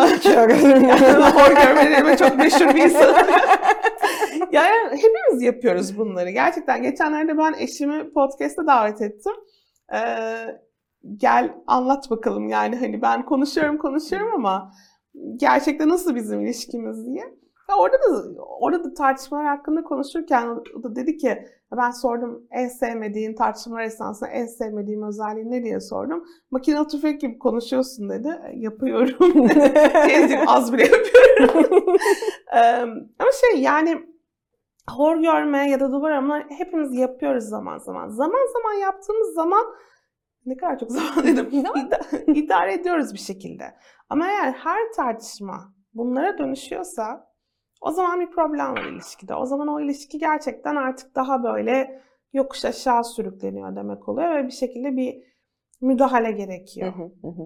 Hor görmelerime çok meşhur bir insanım. Yani hepimiz yapıyoruz bunları. Gerçekten geçenlerde ben eşimi podcast'a davet ettim. Ee, gel anlat bakalım, yani hani ben konuşuyorum konuşuyorum ama gerçekten nasıl bizim ilişkimiz diye. Ya orada da orada da tartışmalar hakkında konuşurken o da dedi ki, ben sordum en sevmediğin tartışmalar esnasında en sevmediğim özelliği ne diye sordum. Makinalı tüfek gibi konuşuyorsun dedi. Yapıyorum. Şey, az bile yapıyorum. Ama şey yani hor görme ya da duvar örme hepimiz yapıyoruz zaman zaman. Zaman zaman yaptığımız zaman ne kadar çok zaman dedim. İda- idare ediyoruz bir şekilde. Ama eğer her tartışma bunlara dönüşüyorsa o zaman bir problem var ilişkide. O zaman o ilişki gerçekten artık daha böyle yokuş aşağı sürükleniyor demek oluyor ve bir şekilde bir müdahale gerekiyor.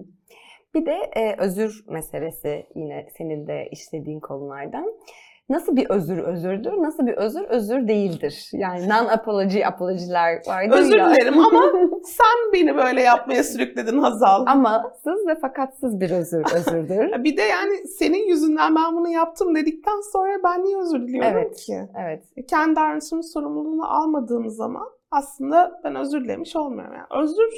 Bir de e, özür meselesi yine senin de işlediğin konulardan. Nasıl bir özür özürdür, nasıl bir özür özür değildir? Yani non-apology apology'ler vardır özür ya. dilerim ama sen beni böyle yapmaya sürükledin Hazal. Amasız ve fakatsız bir özür özürdür. Bir de yani senin yüzünden ben bunu yaptım dedikten sonra ben niye özür diliyorum evet, ki? Evet. Kendi davranışımın sorumluluğunu almadığım zaman aslında ben özür dilemiş olmuyorum. Yani özür,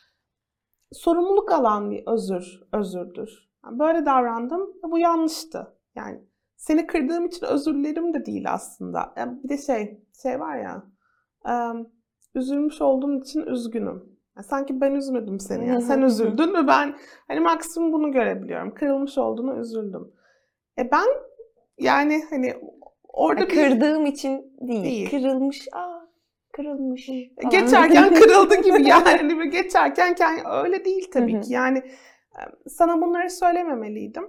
sorumluluk alan bir özür, özürdür. Yani böyle davrandım, bu yanlıştı. Yani seni kırdığım için özür dilerim de değil aslında. Yani bir de şey, şey var ya, ıı, üzülmüş olduğum için üzgünüm. Yani sanki ben üzmedim seni. Yani sen üzüldün ve ben hani maksimum bunu görebiliyorum. Kırılmış olduğunu üzüldüm. E ben yani hani orada ya bir... Kırdığım için değil, değil. Kırılmış, aa kırılmış falan. Geçerken kırıldı gibi yani. Ve geçerken öyle değil tabii ki. Yani sana bunları söylememeliydim.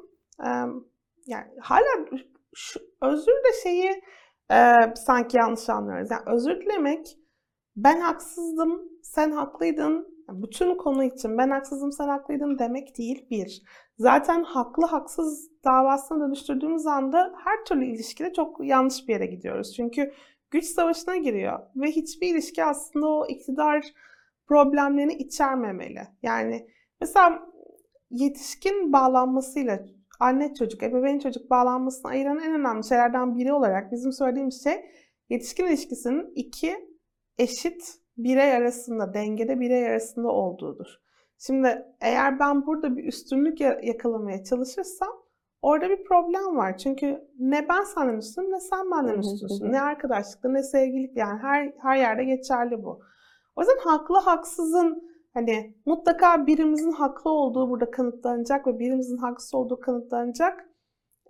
Yani hala şu özür de şeyi e, sanki yanlış anlıyoruz. Yani özür dilemek, ben haksızdım, sen haklıydın. Bütün konu için ben haksızdım, sen haklıydın demek değil bir. Zaten haklı haksız davasına dönüştürdüğümüz anda her türlü ilişkide çok yanlış bir yere gidiyoruz. Çünkü güç savaşına giriyor ve hiçbir ilişki aslında o iktidar problemlerini içermemeli. Yani mesela yetişkin bağlanmasıyla anne çocuk, ebeveyn çocuk bağlanmasını ayıran en önemli şeylerden biri olarak bizim söylediğimiz şey yetişkin ilişkisinin iki eşit birey arasında, dengede birey arasında olduğudur. Şimdi eğer ben burada bir üstünlük yakalamaya çalışırsam orada bir problem var. Çünkü ne ben senden üstünüm ne sen benden üstünsün. Ne arkadaşlıkta ne sevgililik, yani her her yerde geçerli bu. O yüzden haklı haksızın hani mutlaka birimizin haklı olduğu burada kanıtlanacak ve birimizin haksız olduğu kanıtlanacak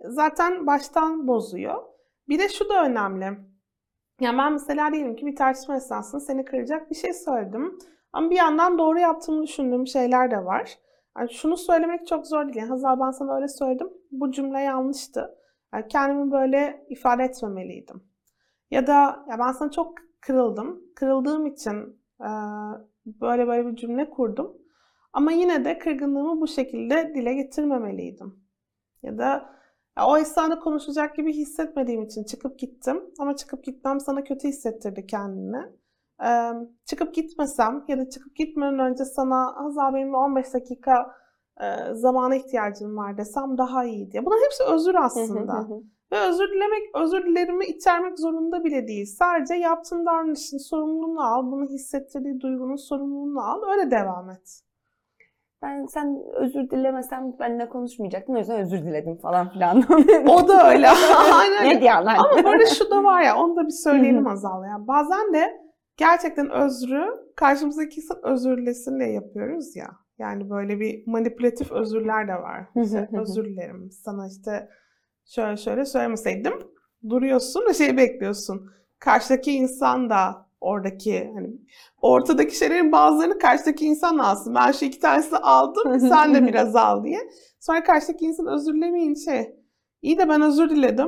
zaten baştan bozuyor. Bir de şu da önemli. Yani ben mesela diyelim ki bir tartışma esnasında seni kıracak bir şey söyledim. Ama bir yandan doğru yaptığımı düşündüğüm şeyler de var. Yani şunu söylemek çok zor değil. Yani Hazal, ben sana öyle söyledim. Bu cümle yanlıştı. Yani kendimi böyle ifade etmemeliydim. Ya da ya ben sana çok kırıldım. Kırıldığım için e, böyle böyle bir cümle kurdum. Ama yine de kırgınlığımı bu şekilde dile getirmemeliydim. Ya da ya o esnada konuşacak gibi hissetmediğim için çıkıp gittim. Ama çıkıp gitmem sana kötü hissettirdi kendini. Ee, çıkıp gitmesem ya da çıkıp gitmeden önce sana Hazal benim on beş dakika e, zamana ihtiyacım var desem daha iyiydi. Bunların hepsi özür aslında. Ve özür dilemek, özür dilerimi içermek zorunda bile değil. Sadece yaptığın davranışın sorumluluğunu al, bunu hissettirdiği duygunun sorumluluğunu al, öyle devam et. Ben sen özür dilemesen benimle konuşmayacaktın, o yüzden özür diledim falan filan. O da öyle. Aynen. Ne diyorlar? Ama böyle şu da var ya, onu da bir söyleyelim Hazal ya. Bazen de gerçekten özrü karşımızdaki insan özür dilesin diye yapıyoruz ya. Yani böyle bir manipülatif özürler de var. İşte özür dilerim sana işte şöyle şöyle söylemeseydim, duruyorsun ve şey bekliyorsun. Karşıdaki insan da oradaki hani ortadaki şeylerin bazılarını karşıdaki insan alsın. Ben şu iki tanesini aldım, sen de biraz al diye. Sonra karşıdaki insan özür dilemeyince iyi de ben özür diledim.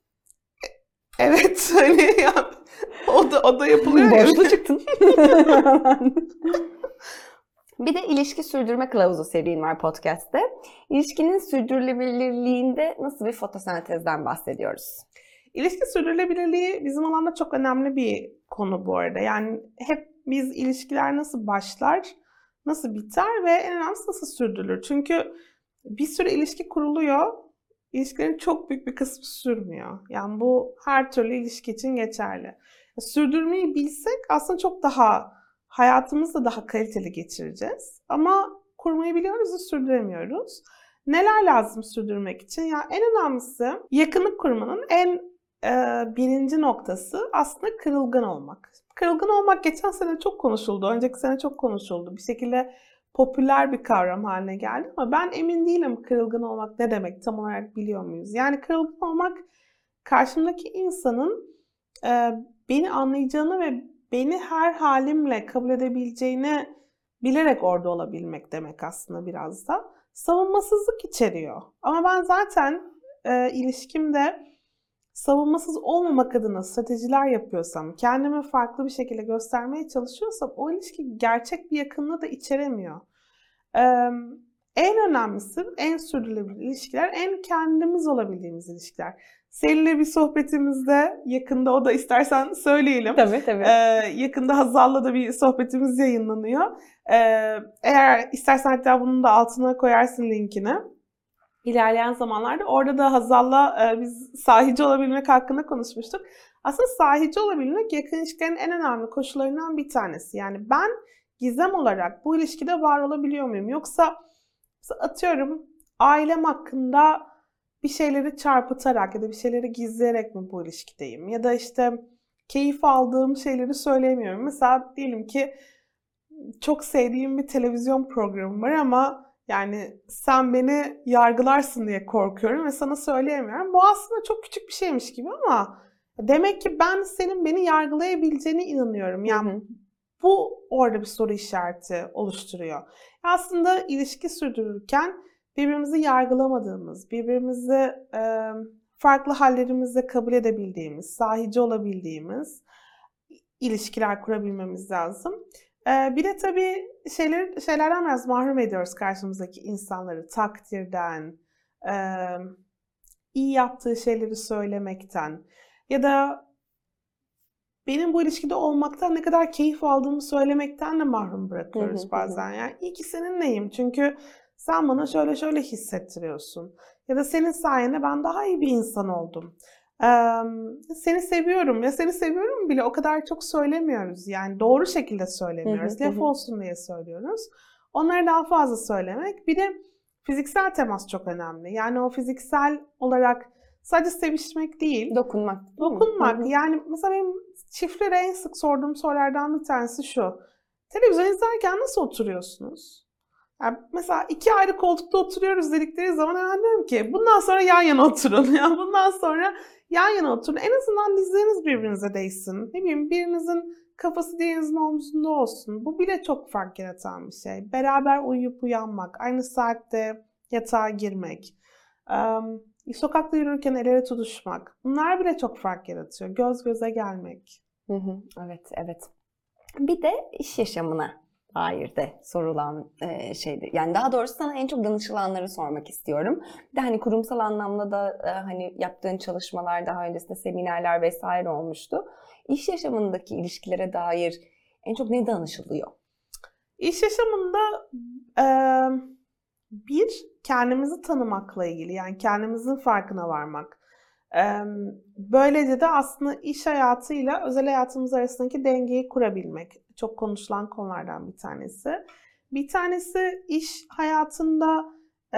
Evet hani ya, o da o da yapılıyor. Borçlu çıktın. Bir de ilişki sürdürme kılavuzu serinin var podcast'te. İlişkinin sürdürülebilirliğinde nasıl bir fotosentezden bahsediyoruz? İlişki sürdürülebilirliği bizim alanda çok önemli bir konu bu arada. Yani hep biz ilişkiler nasıl başlar, nasıl biter ve en önemlisi nasıl sürdürülür. Çünkü bir sürü ilişki kuruluyor, ilişkilerin çok büyük bir kısmı sürmüyor. Yani bu her türlü ilişki için geçerli. Sürdürmeyi bilsek aslında çok daha, hayatımızı da daha kaliteli geçireceğiz. Ama kurmayı biliyoruz da sürdüremiyoruz. Neler lazım sürdürmek için? Ya en önemlisi yakınlık kurmanın en e, birinci noktası aslında kırılgan olmak. Kırılgan olmak geçen sene çok konuşuldu, önceki sene çok konuşuldu. Bir şekilde popüler bir kavram haline geldi ama ben emin değilim kırılgan olmak ne demek, tam olarak biliyor muyuz? Yani kırılgan olmak karşımdaki insanın e, beni anlayacağını ve beni her halimle kabul edebileceğini bilerek orada olabilmek demek aslında biraz da. Savunmasızlık içeriyor. Ama ben zaten e, ilişkimde savunmasız olmamak adına stratejiler yapıyorsam, kendimi farklı bir şekilde göstermeye çalışıyorsam o ilişki gerçek bir yakınlığı da içeremiyor. Ee, en önemlisi, en sürdürülebilir ilişkiler, en kendimiz olabildiğimiz ilişkiler. Seninle bir sohbetimizde yakında, o da istersen söyleyelim. Tabii tabii. Ee, yakında Hazal'la da bir sohbetimiz yayınlanıyor. Ee, eğer istersen hatta bunun da altına koyarsın linkini. İlerleyen zamanlarda orada da Hazal'la e, biz sahici olabilmek hakkında konuşmuştuk. Aslında sahici olabilmek yakın ilişkilerin en önemli koşullarından bir tanesi. Yani ben gizem olarak bu ilişkide var olabiliyor muyum? Yoksa atıyorum ailem hakkında bir şeyleri çarpıtarak ya da bir şeyleri gizleyerek mi bu ilişkideyim? Ya da işte keyif aldığım şeyleri söyleyemiyorum. Mesela diyelim ki çok sevdiğim bir televizyon programı var ama yani sen beni yargılarsın diye korkuyorum ve sana söyleyemiyorum. Bu aslında çok küçük bir şeymiş gibi ama demek ki ben senin beni yargılayabileceğine inanıyorum. Yani hı hı. Bu orada bir soru işareti oluşturuyor. Aslında ilişki sürdürürken birbirimizi yargılamadığımız, birbirimizi e, farklı hallerimizle kabul edebildiğimiz, sahici olabildiğimiz ilişkiler kurabilmemiz lazım. Ee, bir de tabii şeyler, şeylerden biraz mahrum ediyoruz karşımızdaki insanları. Takdirden, e, iyi yaptığı şeyleri söylemekten ya da benim bu ilişkide olmaktan ne kadar keyif aldığımı söylemekten de mahrum bırakıyoruz hı hı, bazen. Hı. Yani iyi ki seninleyim çünkü sen bana şöyle şöyle hissettiriyorsun. Ya da senin sayende ben daha iyi bir insan oldum. Ee, seni seviyorum ya seni seviyorum bile o kadar çok söylemiyoruz. Yani doğru şekilde söylemiyoruz. Laf olsun diye söylüyoruz. Onları daha fazla söylemek. Bir de fiziksel temas çok önemli. Yani o fiziksel olarak sadece sevişmek değil. Dokunmak. Dokunmak. Hı hı. Yani mesela benim çiftlere en sık sorduğum sorulardan bir tanesi şu. Televizyon izlerken nasıl oturuyorsunuz? Yani mesela iki ayrı koltukta oturuyoruz dedikleri zaman hemen diyorum ki bundan sonra yan yana oturun. Yani bundan sonra yan yana oturun. En azından dizleriniz birbirinize değsin. Ne bileyim birinizin kafası diğerinizin omzunda olsun. Bu bile çok fark yaratan bir şey. Beraber uyuyup uyanmak, aynı saatte yatağa girmek, sokakta yürürken el ele tutuşmak. Bunlar bile çok fark yaratıyor. Göz göze gelmek. Hı hı, evet, evet. Bir de iş yaşamına dair de sorulan e, şeydi. Yani daha doğrusu sana en çok danışılanları sormak istiyorum. Bir de hani kurumsal anlamda da e, hani yaptığın çalışmalar, daha öncesinde seminerler vesaire olmuştu. İş yaşamındaki ilişkilere dair en çok ne danışılıyor? İş yaşamında e, bir, kendimizi tanımakla ilgili, yani kendimizin farkına varmak. E, böylece de aslında iş hayatıyla özel hayatımız arasındaki dengeyi kurabilmek. Çok konuşulan konulardan bir tanesi. Bir tanesi iş hayatında e,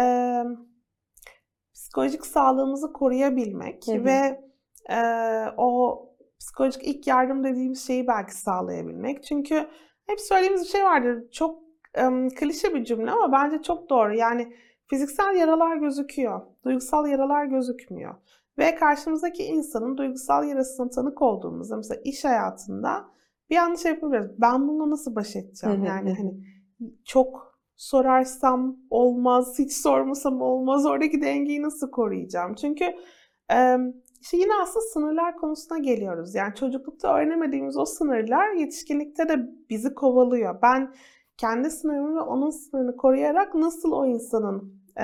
psikolojik sağlığımızı koruyabilmek. Hı hı. Ve e, o psikolojik ilk yardım dediğimiz şeyi belki sağlayabilmek. Çünkü hep söylediğimiz bir şey vardır. Çok um, klişe bir cümle ama bence çok doğru. Yani fiziksel yaralar gözüküyor, duygusal yaralar gözükmüyor. Ve karşımızdaki insanın duygusal yarasına tanık olduğumuzda, mesela iş hayatında bir yanlış şey yapabiliriz. Ben bununla nasıl baş edeceğim? Yani hani çok sorarsam olmaz, hiç sormasam olmaz. Oradaki dengeyi nasıl koruyacağım? Çünkü e, işte yine aslında sınırlar konusuna geliyoruz. Yani çocuklukta öğrenemediğimiz o sınırlar yetişkinlikte de bizi kovalıyor. Ben kendi sınırımı ve onun sınırını koruyarak nasıl o insanın e,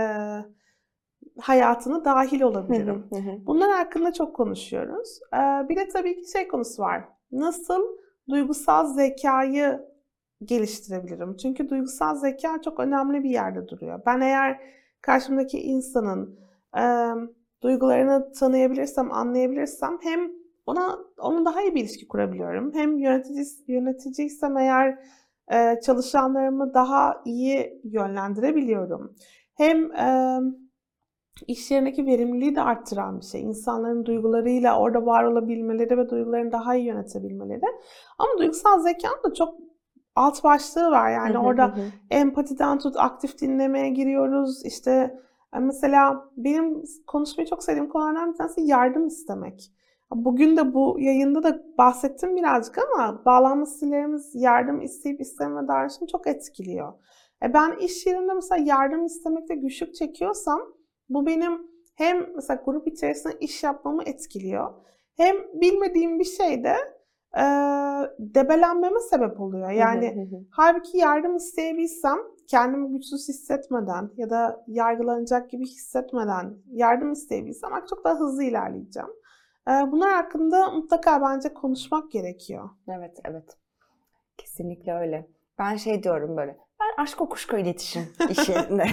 hayatına dahil olabilirim? Bunlar hakkında çok konuşuyoruz. E, bir de tabii ki şey konusu var. Nasıl duygusal zekayı geliştirebilirim? Çünkü duygusal zeka çok önemli bir yerde duruyor. Ben eğer karşımdaki insanın e, duygularını tanıyabilirsem, anlayabilirsem hem ona onu daha iyi bir ilişki kurabiliyorum. Hem yönetici yöneticiysem eğer e, çalışanlarımı daha iyi yönlendirebiliyorum. Hem e, iş yerindeki verimliliği de arttıran bir şey. İnsanların duygularıyla orada var olabilmeleri ve duygularını daha iyi yönetebilmeleri. Ama duygusal zekanın da çok alt başlığı var. Yani orada empatiden tut, aktif dinlemeye giriyoruz. İşte mesela benim konuşmayı çok sevdiğim konulardan bir tanesi yardım istemek. Bugün de bu yayında da bahsettim birazcık ama bağlanma stillerimiz yardım isteyip istememe davranışını çok etkiliyor. E ben iş yerinde mesela yardım istemekte güçlük çekiyorsam bu benim hem mesela grup içerisinde iş yapmamı etkiliyor, hem bilmediğim bir şeyde e, debelenmeme sebep oluyor. Yani halbuki yardım isteyebilsem, kendimi güçsüz hissetmeden ya da yargılanacak gibi hissetmeden yardım isteyebilsem çok daha hızlı ilerleyeceğim. E, bunlar hakkında mutlaka bence konuşmak gerekiyor. Evet, evet. Kesinlikle öyle. Ben şey diyorum böyle, ben aşk kokuşko iletişim iş yerinde.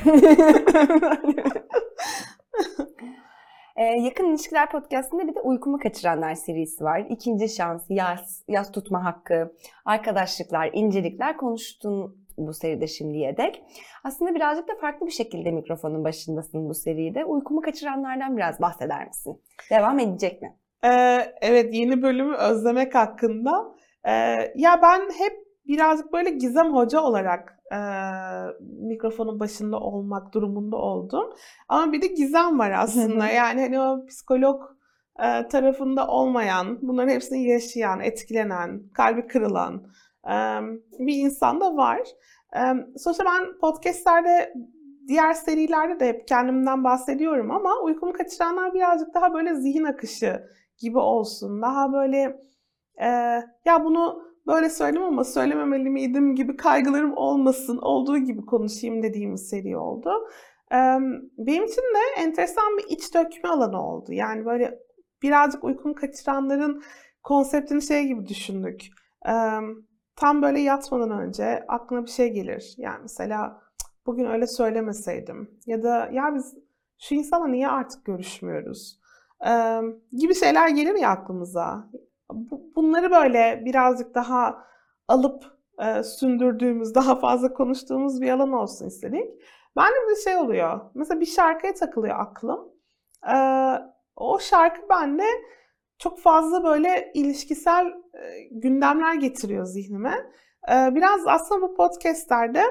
Ee, Yakın İlişkiler Podcast'ında bir de Uykumu Kaçıranlar serisi var. İkinci şans, yaz, yaz tutma hakkı, arkadaşlıklar, incelikler konuştun bu seride şimdiye dek. Aslında birazcık da farklı bir şekilde mikrofonun başındasın bu seride. Uykumu kaçıranlardan biraz bahseder misin? Devam edecek mi? Ee, evet, yeni bölümü özlemek hakkında. Ee, ya ben hep birazcık böyle Gizem Hoca olarak e, mikrofonun başında olmak durumunda oldum. Ama bir de Gizem var aslında. Yani hani o psikolog e, tarafında olmayan, bunların hepsini yaşayan, etkilenen, kalbi kırılan e, bir insan da var. E, sonuçta ben podcastlerde, diğer serilerde de hep kendimden bahsediyorum ama Uykumu Kaçıranlar birazcık daha böyle zihin akışı gibi olsun. Daha böyle e, ya bunu böyle söyleyeyim ama söylememeli miydim gibi kaygılarım olmasın, olduğu gibi konuşayım dediğim seri oldu. Ee, benim için de enteresan bir iç dökme alanı oldu. Yani böyle birazcık uykumu kaçıranların konseptini şey gibi düşündük. Ee, tam böyle yatmadan önce aklına bir şey gelir. Yani mesela bugün öyle söylemeseydim ya da ya biz şu insanla niye artık görüşmüyoruz ee, gibi şeyler gelir ya aklımıza. Bunları böyle birazcık daha alıp e, sündürdüğümüz, daha fazla konuştuğumuz bir alan olsun istedik. Ben de bir şey oluyor. Mesela bir şarkıya takılıyor aklım. E, o şarkı bende çok fazla böyle ilişkisel e, gündemler getiriyor zihnime. E, biraz aslında bu podcastlerde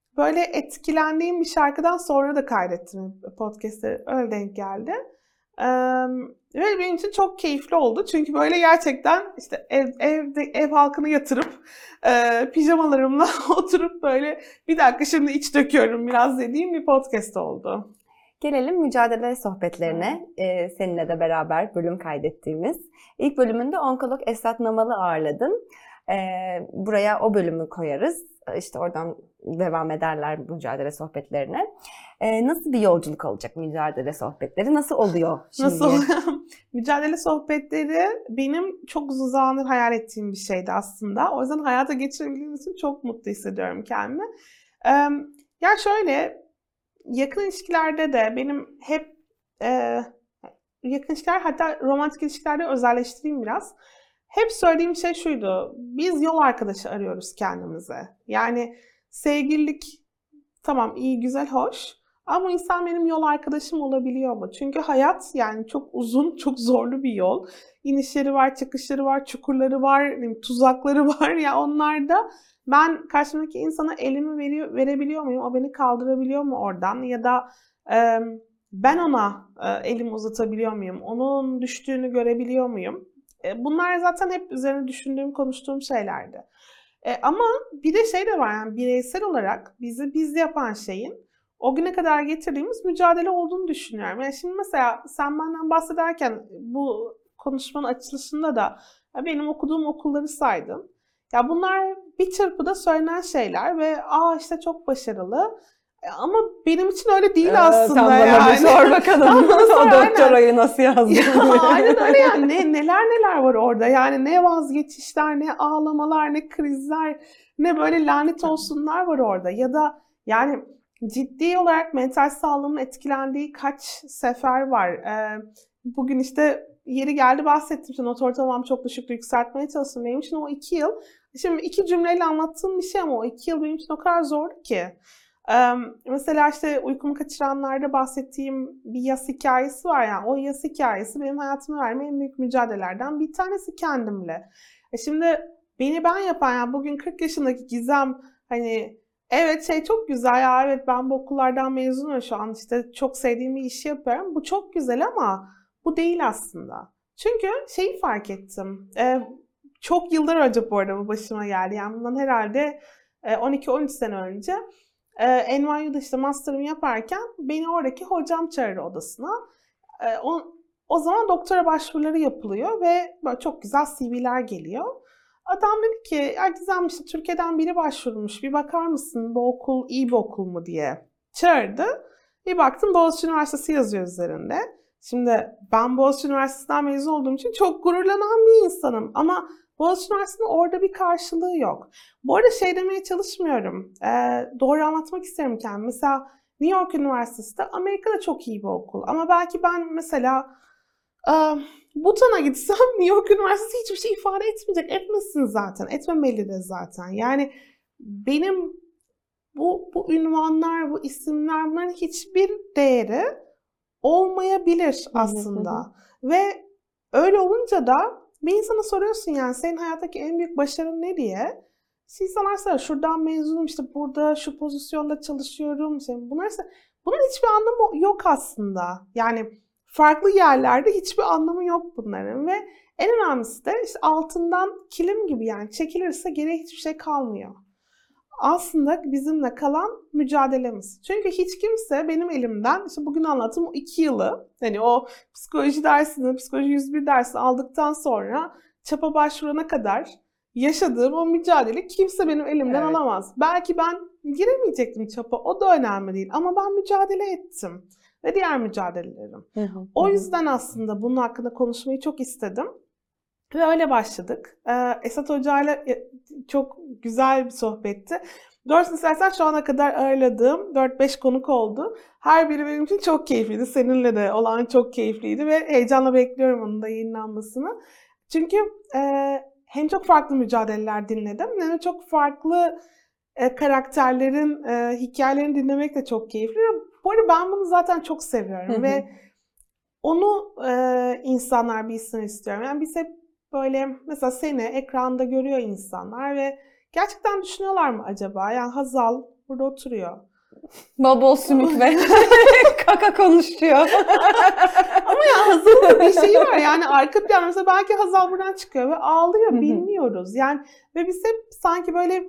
böyle etkilendiğim bir şarkıdan sonra da kaydettim podcast'te, öyle denk geldi. Ee, ve benim için çok keyifli oldu. Çünkü böyle gerçekten işte ev, evde ev halkını yatırıp e, pijamalarımla oturup böyle bir dakika şimdi iç döküyorum biraz dediğim bir podcast oldu. Gelelim mücadele sohbetlerine. Ee, seninle de beraber bölüm kaydettiğimiz. İlk bölümünde onkolog Esat Namalı ağırladın. Ee, buraya o bölümü koyarız. İşte oradan devam ederler mücadele sohbetlerine. Ee, nasıl bir yolculuk olacak mücadele sohbetleri? Nasıl oluyor şimdi? Nasıl oluyor? Mücadele sohbetleri benim çok uzun zamandır hayal ettiğim bir şeydi aslında. O yüzden hayata geçirebildiğim için çok mutlu hissediyorum kendimi. Ee, ya şöyle, yakın ilişkilerde de benim hep e, yakın ilişkiler, hatta romantik ilişkilerde özelleştireyim biraz. Hep söylediğim şey şuydu: biz yol arkadaşı arıyoruz kendimize. Yani sevgililik tamam, iyi, güzel, hoş. Ama insan benim yol arkadaşım olabiliyor mu? Çünkü hayat yani çok uzun, çok zorlu bir yol. İnişleri var, çıkışları var, çukurları var, tuzakları var. Ya onlarda ben karşımdaki insana elimi veriyor, verebiliyor muyum? O beni kaldırabiliyor mu oradan? Ya da e, ben ona e, elimi uzatabiliyor muyum? Onun düştüğünü görebiliyor muyum? E, bunlar zaten hep üzerine düşündüğüm, konuştuğum şeylerdi. E, ama bir de şey de var, yani bireysel olarak bizi biz yapan şeyin o güne kadar getirdiğimiz mücadele olduğunu düşünüyorum. Yani şimdi mesela sen benden bahsederken bu konuşmanın açılışında da benim okuduğum okulları saydın. Ya bunlar bir çırpıda söylenen şeyler ve aa işte çok başarılı. Ama benim için öyle değil ee, aslında. Tam bana yani. bir sor bakalım. sor, o doktorayı nasıl yazdın? Ya, aynen öyle yani. Ne, neler neler var orada. Yani ne vazgeçişler, ne ağlamalar, ne krizler, ne böyle lanet olsunlar var orada. Ya da yani ciddi olarak mental sağlığımın etkilendiği kaç sefer var. Ee, bugün işte yeri geldi bahsettim. İşte not ortalamam çok düşüktü, yükseltmeye çalıştım. Benim için o iki yıl, şimdi iki cümleyle anlattığım bir şey ama o iki yıl benim için o kadar zordu ki. Ee, mesela işte uykumu kaçıranlarda bahsettiğim bir yas hikayesi var. Yani o yas hikayesi benim hayatımı verme en büyük mücadelelerden bir tanesi kendimle. E şimdi beni ben yapan, yani bugün kırk yaşındaki Gizem, hani evet şey çok güzel ya, evet ben bu okullardan mezunum şu an, işte çok sevdiğim bir işi yapıyorum. Bu çok güzel ama bu değil aslında. Çünkü şeyi fark ettim. Ee, çok yıllar önce bu arada bu başıma geldi. Yani bundan herhalde on iki on üç sene önce N Y U'da işte master'ımı yaparken beni oradaki hocam çağırdı odasına. Ee, o, o zaman doktora başvuruları yapılıyor ve böyle çok güzel C V'ler geliyor. Adam dedi ki, ya Gizem işte Türkiye'den biri başvurmuş, bir bakar mısın bu okul iyi bir okul mu diye çağırdı. Bir baktım Boğaziçi Üniversitesi yazıyor üzerinde. Şimdi ben Boğaziçi Üniversitesi'nden mezun olduğum için çok gururlanan bir insanım ama Boğaziçi Üniversitesi'nin orada bir karşılığı yok. Bu arada şey demeye çalışmıyorum, ee, doğru anlatmak isterim kendimi. Mesela New York Üniversitesi de Amerika'da çok iyi bir okul ama belki ben mesela e, Bhutan'a gitsem New York Üniversitesi hiçbir şey ifade etmeyecek. Etmesin zaten. Etmemeli de zaten. Yani benim bu, bu ünvanlar, bu isimler, bunların hiçbir değeri olmayabilir aslında. Ve öyle olunca da bir insana soruyorsun, yani senin hayattaki en büyük başarın ne diye. İnsanlar sana şuradan mezunum, işte burada şu pozisyonda çalışıyorum. İşte bunlar, bunların hiçbir anlamı yok aslında. Yani farklı yerlerde hiçbir anlamı yok bunların ve en önemlisi de işte altından kilim gibi, yani çekilirse geriye hiçbir şey kalmıyor. Aslında bizimle kalan mücadelemiz. Çünkü hiç kimse benim elimden işte bugün anlattığım o iki yılı, hani o psikoloji dersini, psikoloji yüz bir dersini aldıktan sonra çapa başvurana kadar yaşadığım o mücadele kimse benim elimden evet. alamaz. Belki ben giremeyecektim çapa, o da önemli değil ama ben mücadele ettim. Ve diğer mücadelelerim. Hı hı, o yüzden aslında bunun hakkında konuşmayı çok istedim. Ve öyle başladık. Ee, Esat Hoca'yla çok güzel bir sohbetti. Doğrusunu istersen şu ana kadar ağırladığım dört beş konuk oldu. Her biri benim için çok keyifliydi. Seninle de olan çok keyifliydi ve heyecanla bekliyorum onun da yayınlanmasını. Çünkü e, hem çok farklı mücadeleler dinledim hem de çok farklı e, karakterlerin e, hikayelerini dinlemek de çok keyifli. Bu arada ben bunu zaten çok seviyorum. Hı hı. Ve onu e, insanlar bilsin istiyorum. Yani biz hep böyle mesela seni ekranda görüyor insanlar ve gerçekten düşünüyorlar mı acaba? Yani Hazal burada oturuyor. Bol bol sümük ve kaka konuşuyor. Ama ya Hazal'ın bir şeyi var yani arka planda mesela belki Hazal buradan çıkıyor ve ağlıyor, bilmiyoruz. Yani ve biz hep sanki böyle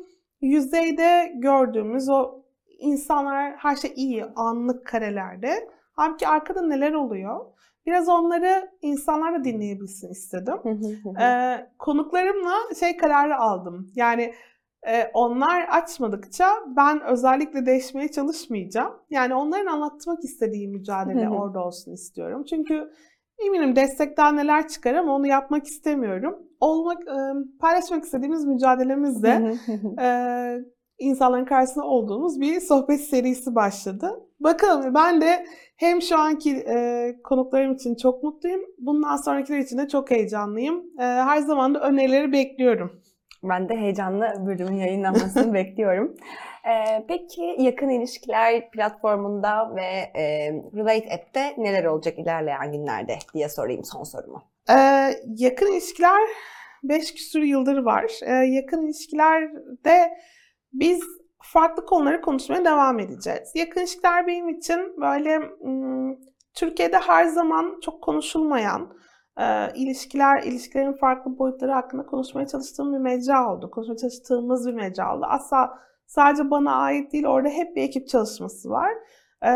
yüzeyde gördüğümüz o insanlar her şey iyi, anlık karelerde. Halbuki arkada neler oluyor? Biraz onları insanlar da dinleyebilsin istedim. ee, konuklarımla şey kararı aldım. Yani e, onlar açmadıkça ben özellikle değişmeye çalışmayacağım. Yani onların anlatmak istediği mücadele orada olsun istiyorum. Çünkü eminim destekten neler çıkar ama onu yapmak istemiyorum. Olmak, e, paylaşmak istediğimiz mücadelemizde e, insanların karşısında olduğumuz bir sohbet serisi başladı. Bakalım, ben de hem şu anki e, konuklarım için çok mutluyum. Bundan sonrakiler için de çok heyecanlıyım. E, her zaman da önerileri bekliyorum. Ben de heyecanla bölümün yayınlanmasını bekliyorum. Ee, peki yakın ilişkiler platformunda ve e, Relate App'te neler olacak ilerleyen günlerde diye sorayım son sorumu. Ee, yakın ilişkiler beş küsur yıldır var. Ee, yakın ilişkilerde biz farklı konuları konuşmaya devam edeceğiz. Yakın ilişkiler benim için böyle ım, Türkiye'de her zaman çok konuşulmayan e, ilişkiler, ilişkilerin farklı boyutları hakkında konuşmaya çalıştığım bir mecra oldu. Konuşmaya çalıştığımız bir mecra oldu. Asla sadece bana ait değil, orada hep bir ekip çalışması var. Ee,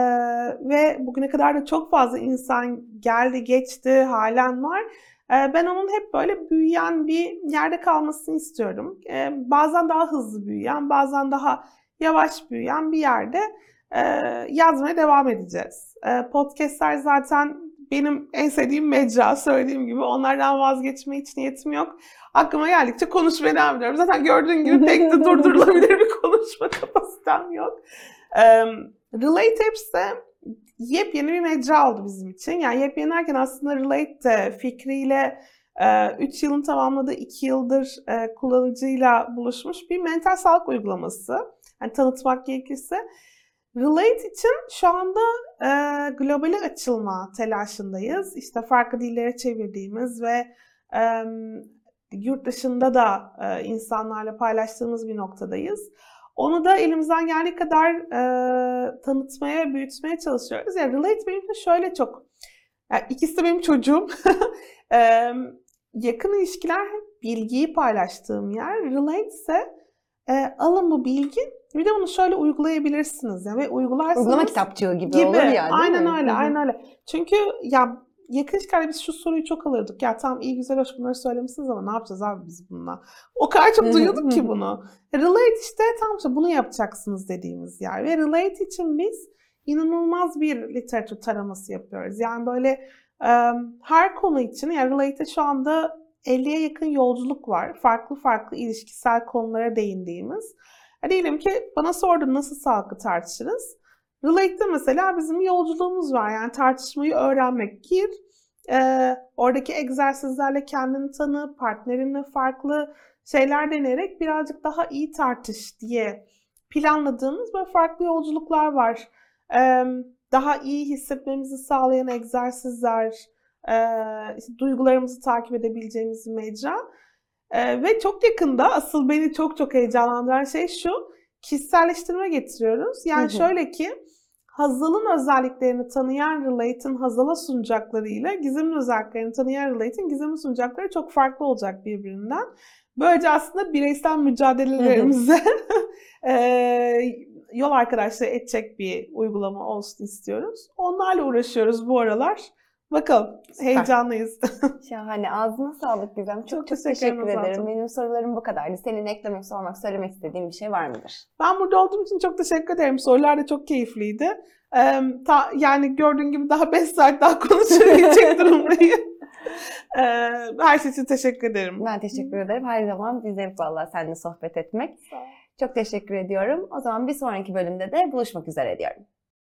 ve bugüne kadar da çok fazla insan geldi, geçti, halen var. Ee, ben onun hep böyle büyüyen bir yerde kalmasını istiyorum. Ee, bazen daha hızlı büyüyen, bazen daha yavaş büyüyen bir yerde e, yazmaya devam edeceğiz. Ee, podcastler zaten benim en sevdiğim mecra, söylediğim gibi. Onlardan vazgeçmeye hiç niyetim yok. Aklıma geldikçe konuşmaya devam ediyorum. Zaten gördüğün gibi pek de durdurulabilir bir konuşma kapasitem yok. Ee, Relate Apps'te yepyeni bir mecra oldu bizim için. Yani yepyeni derken aslında Relate de fikriyle üç yılın tamamladığı iki yıldır e, kullanıcıyla buluşmuş bir mental sağlık uygulaması. Yani tanıtmak gerekirse. Relate için şu anda e, globale açılma telaşındayız. İşte farklı dillere çevirdiğimiz ve e, yurt dışında da e, insanlarla paylaştığımız bir noktadayız. Onu da elimizden geldiği kadar e, tanıtmaya, büyütmeye çalışıyoruz. Yani Relate benim de şöyle çok, yani ikisi de benim çocuğum. e, yakın ilişkiler bilgiyi paylaştığım yer. Relate ise e, alın bu bilgi, bir de bunu şöyle uygulayabilirsiniz. Yani ve uygularsınız. Uygulama kitapçığı gibi, gibi. olur ya, değil aynen mi? öyle, aynen öyle. Çünkü ya yakın ilişkilerde biz şu soruyu çok alırdık. Ya tamam, iyi güzel hoş bunları söylemişsiniz ama ne yapacağız abi biz bununla? O kadar çok duyuyorduk ki bunu. Relate işte tam işte bunu yapacaksınız dediğimiz yer. Ve Relate için biz inanılmaz bir literatür taraması yapıyoruz. Yani böyle um, her konu için, yani Relate'de şu anda elliye yakın yolculuk var. Farklı farklı ilişkisel konulara değindiğimiz. Ya diyelim ki bana sordun nasıl sağlıklı tartışırız? Relate'de mesela bizim yolculuğumuz var. Yani tartışmayı öğrenmek. Gir, e, oradaki egzersizlerle kendini tanı, partnerinle farklı şeyler deneyerek birazcık daha iyi tartış diye planladığımız böyle farklı yolculuklar var. E, daha iyi hissetmemizi sağlayan egzersizler, e, işte duygularımızı takip edebileceğimiz bir mecra. E, ve çok yakında asıl beni çok çok heyecanlandıran şey şu: kişiselleştirme getiriyoruz. Yani hı hı. şöyle ki, Hazal'ın özelliklerini tanıyan Relate'in Hazal'a sunacaklarıyla Gizem'in özelliklerini tanıyan Relate'in Gizem'e sunacakları çok farklı olacak birbirinden. Böylece aslında bireysel mücadelelerimize e, yol arkadaşlığı edecek bir uygulama olsun istiyoruz. Onlarla uğraşıyoruz bu aralar. Bakalım, süper. Heyecanlıyız. Şahane. Ağzına sağlık Gizem. Çok çok, çok teşekkür, teşekkür ederim. Zaten. Benim sorularım bu kadardı. Senin eklemek, sormak, söylemek istediğin bir şey var mıdır? Ben burada olduğum için çok teşekkür ederim. Sorular da çok keyifliydi. Ee, ta, yani gördüğün gibi daha beş saat daha konuşabilecek durumdayım. Ee, her şey için teşekkür ederim. Ben teşekkür ederim. Her zaman bir zevk vallahi seninle sohbet etmek. Çok teşekkür ediyorum. O zaman bir sonraki bölümde de buluşmak üzere diyorum.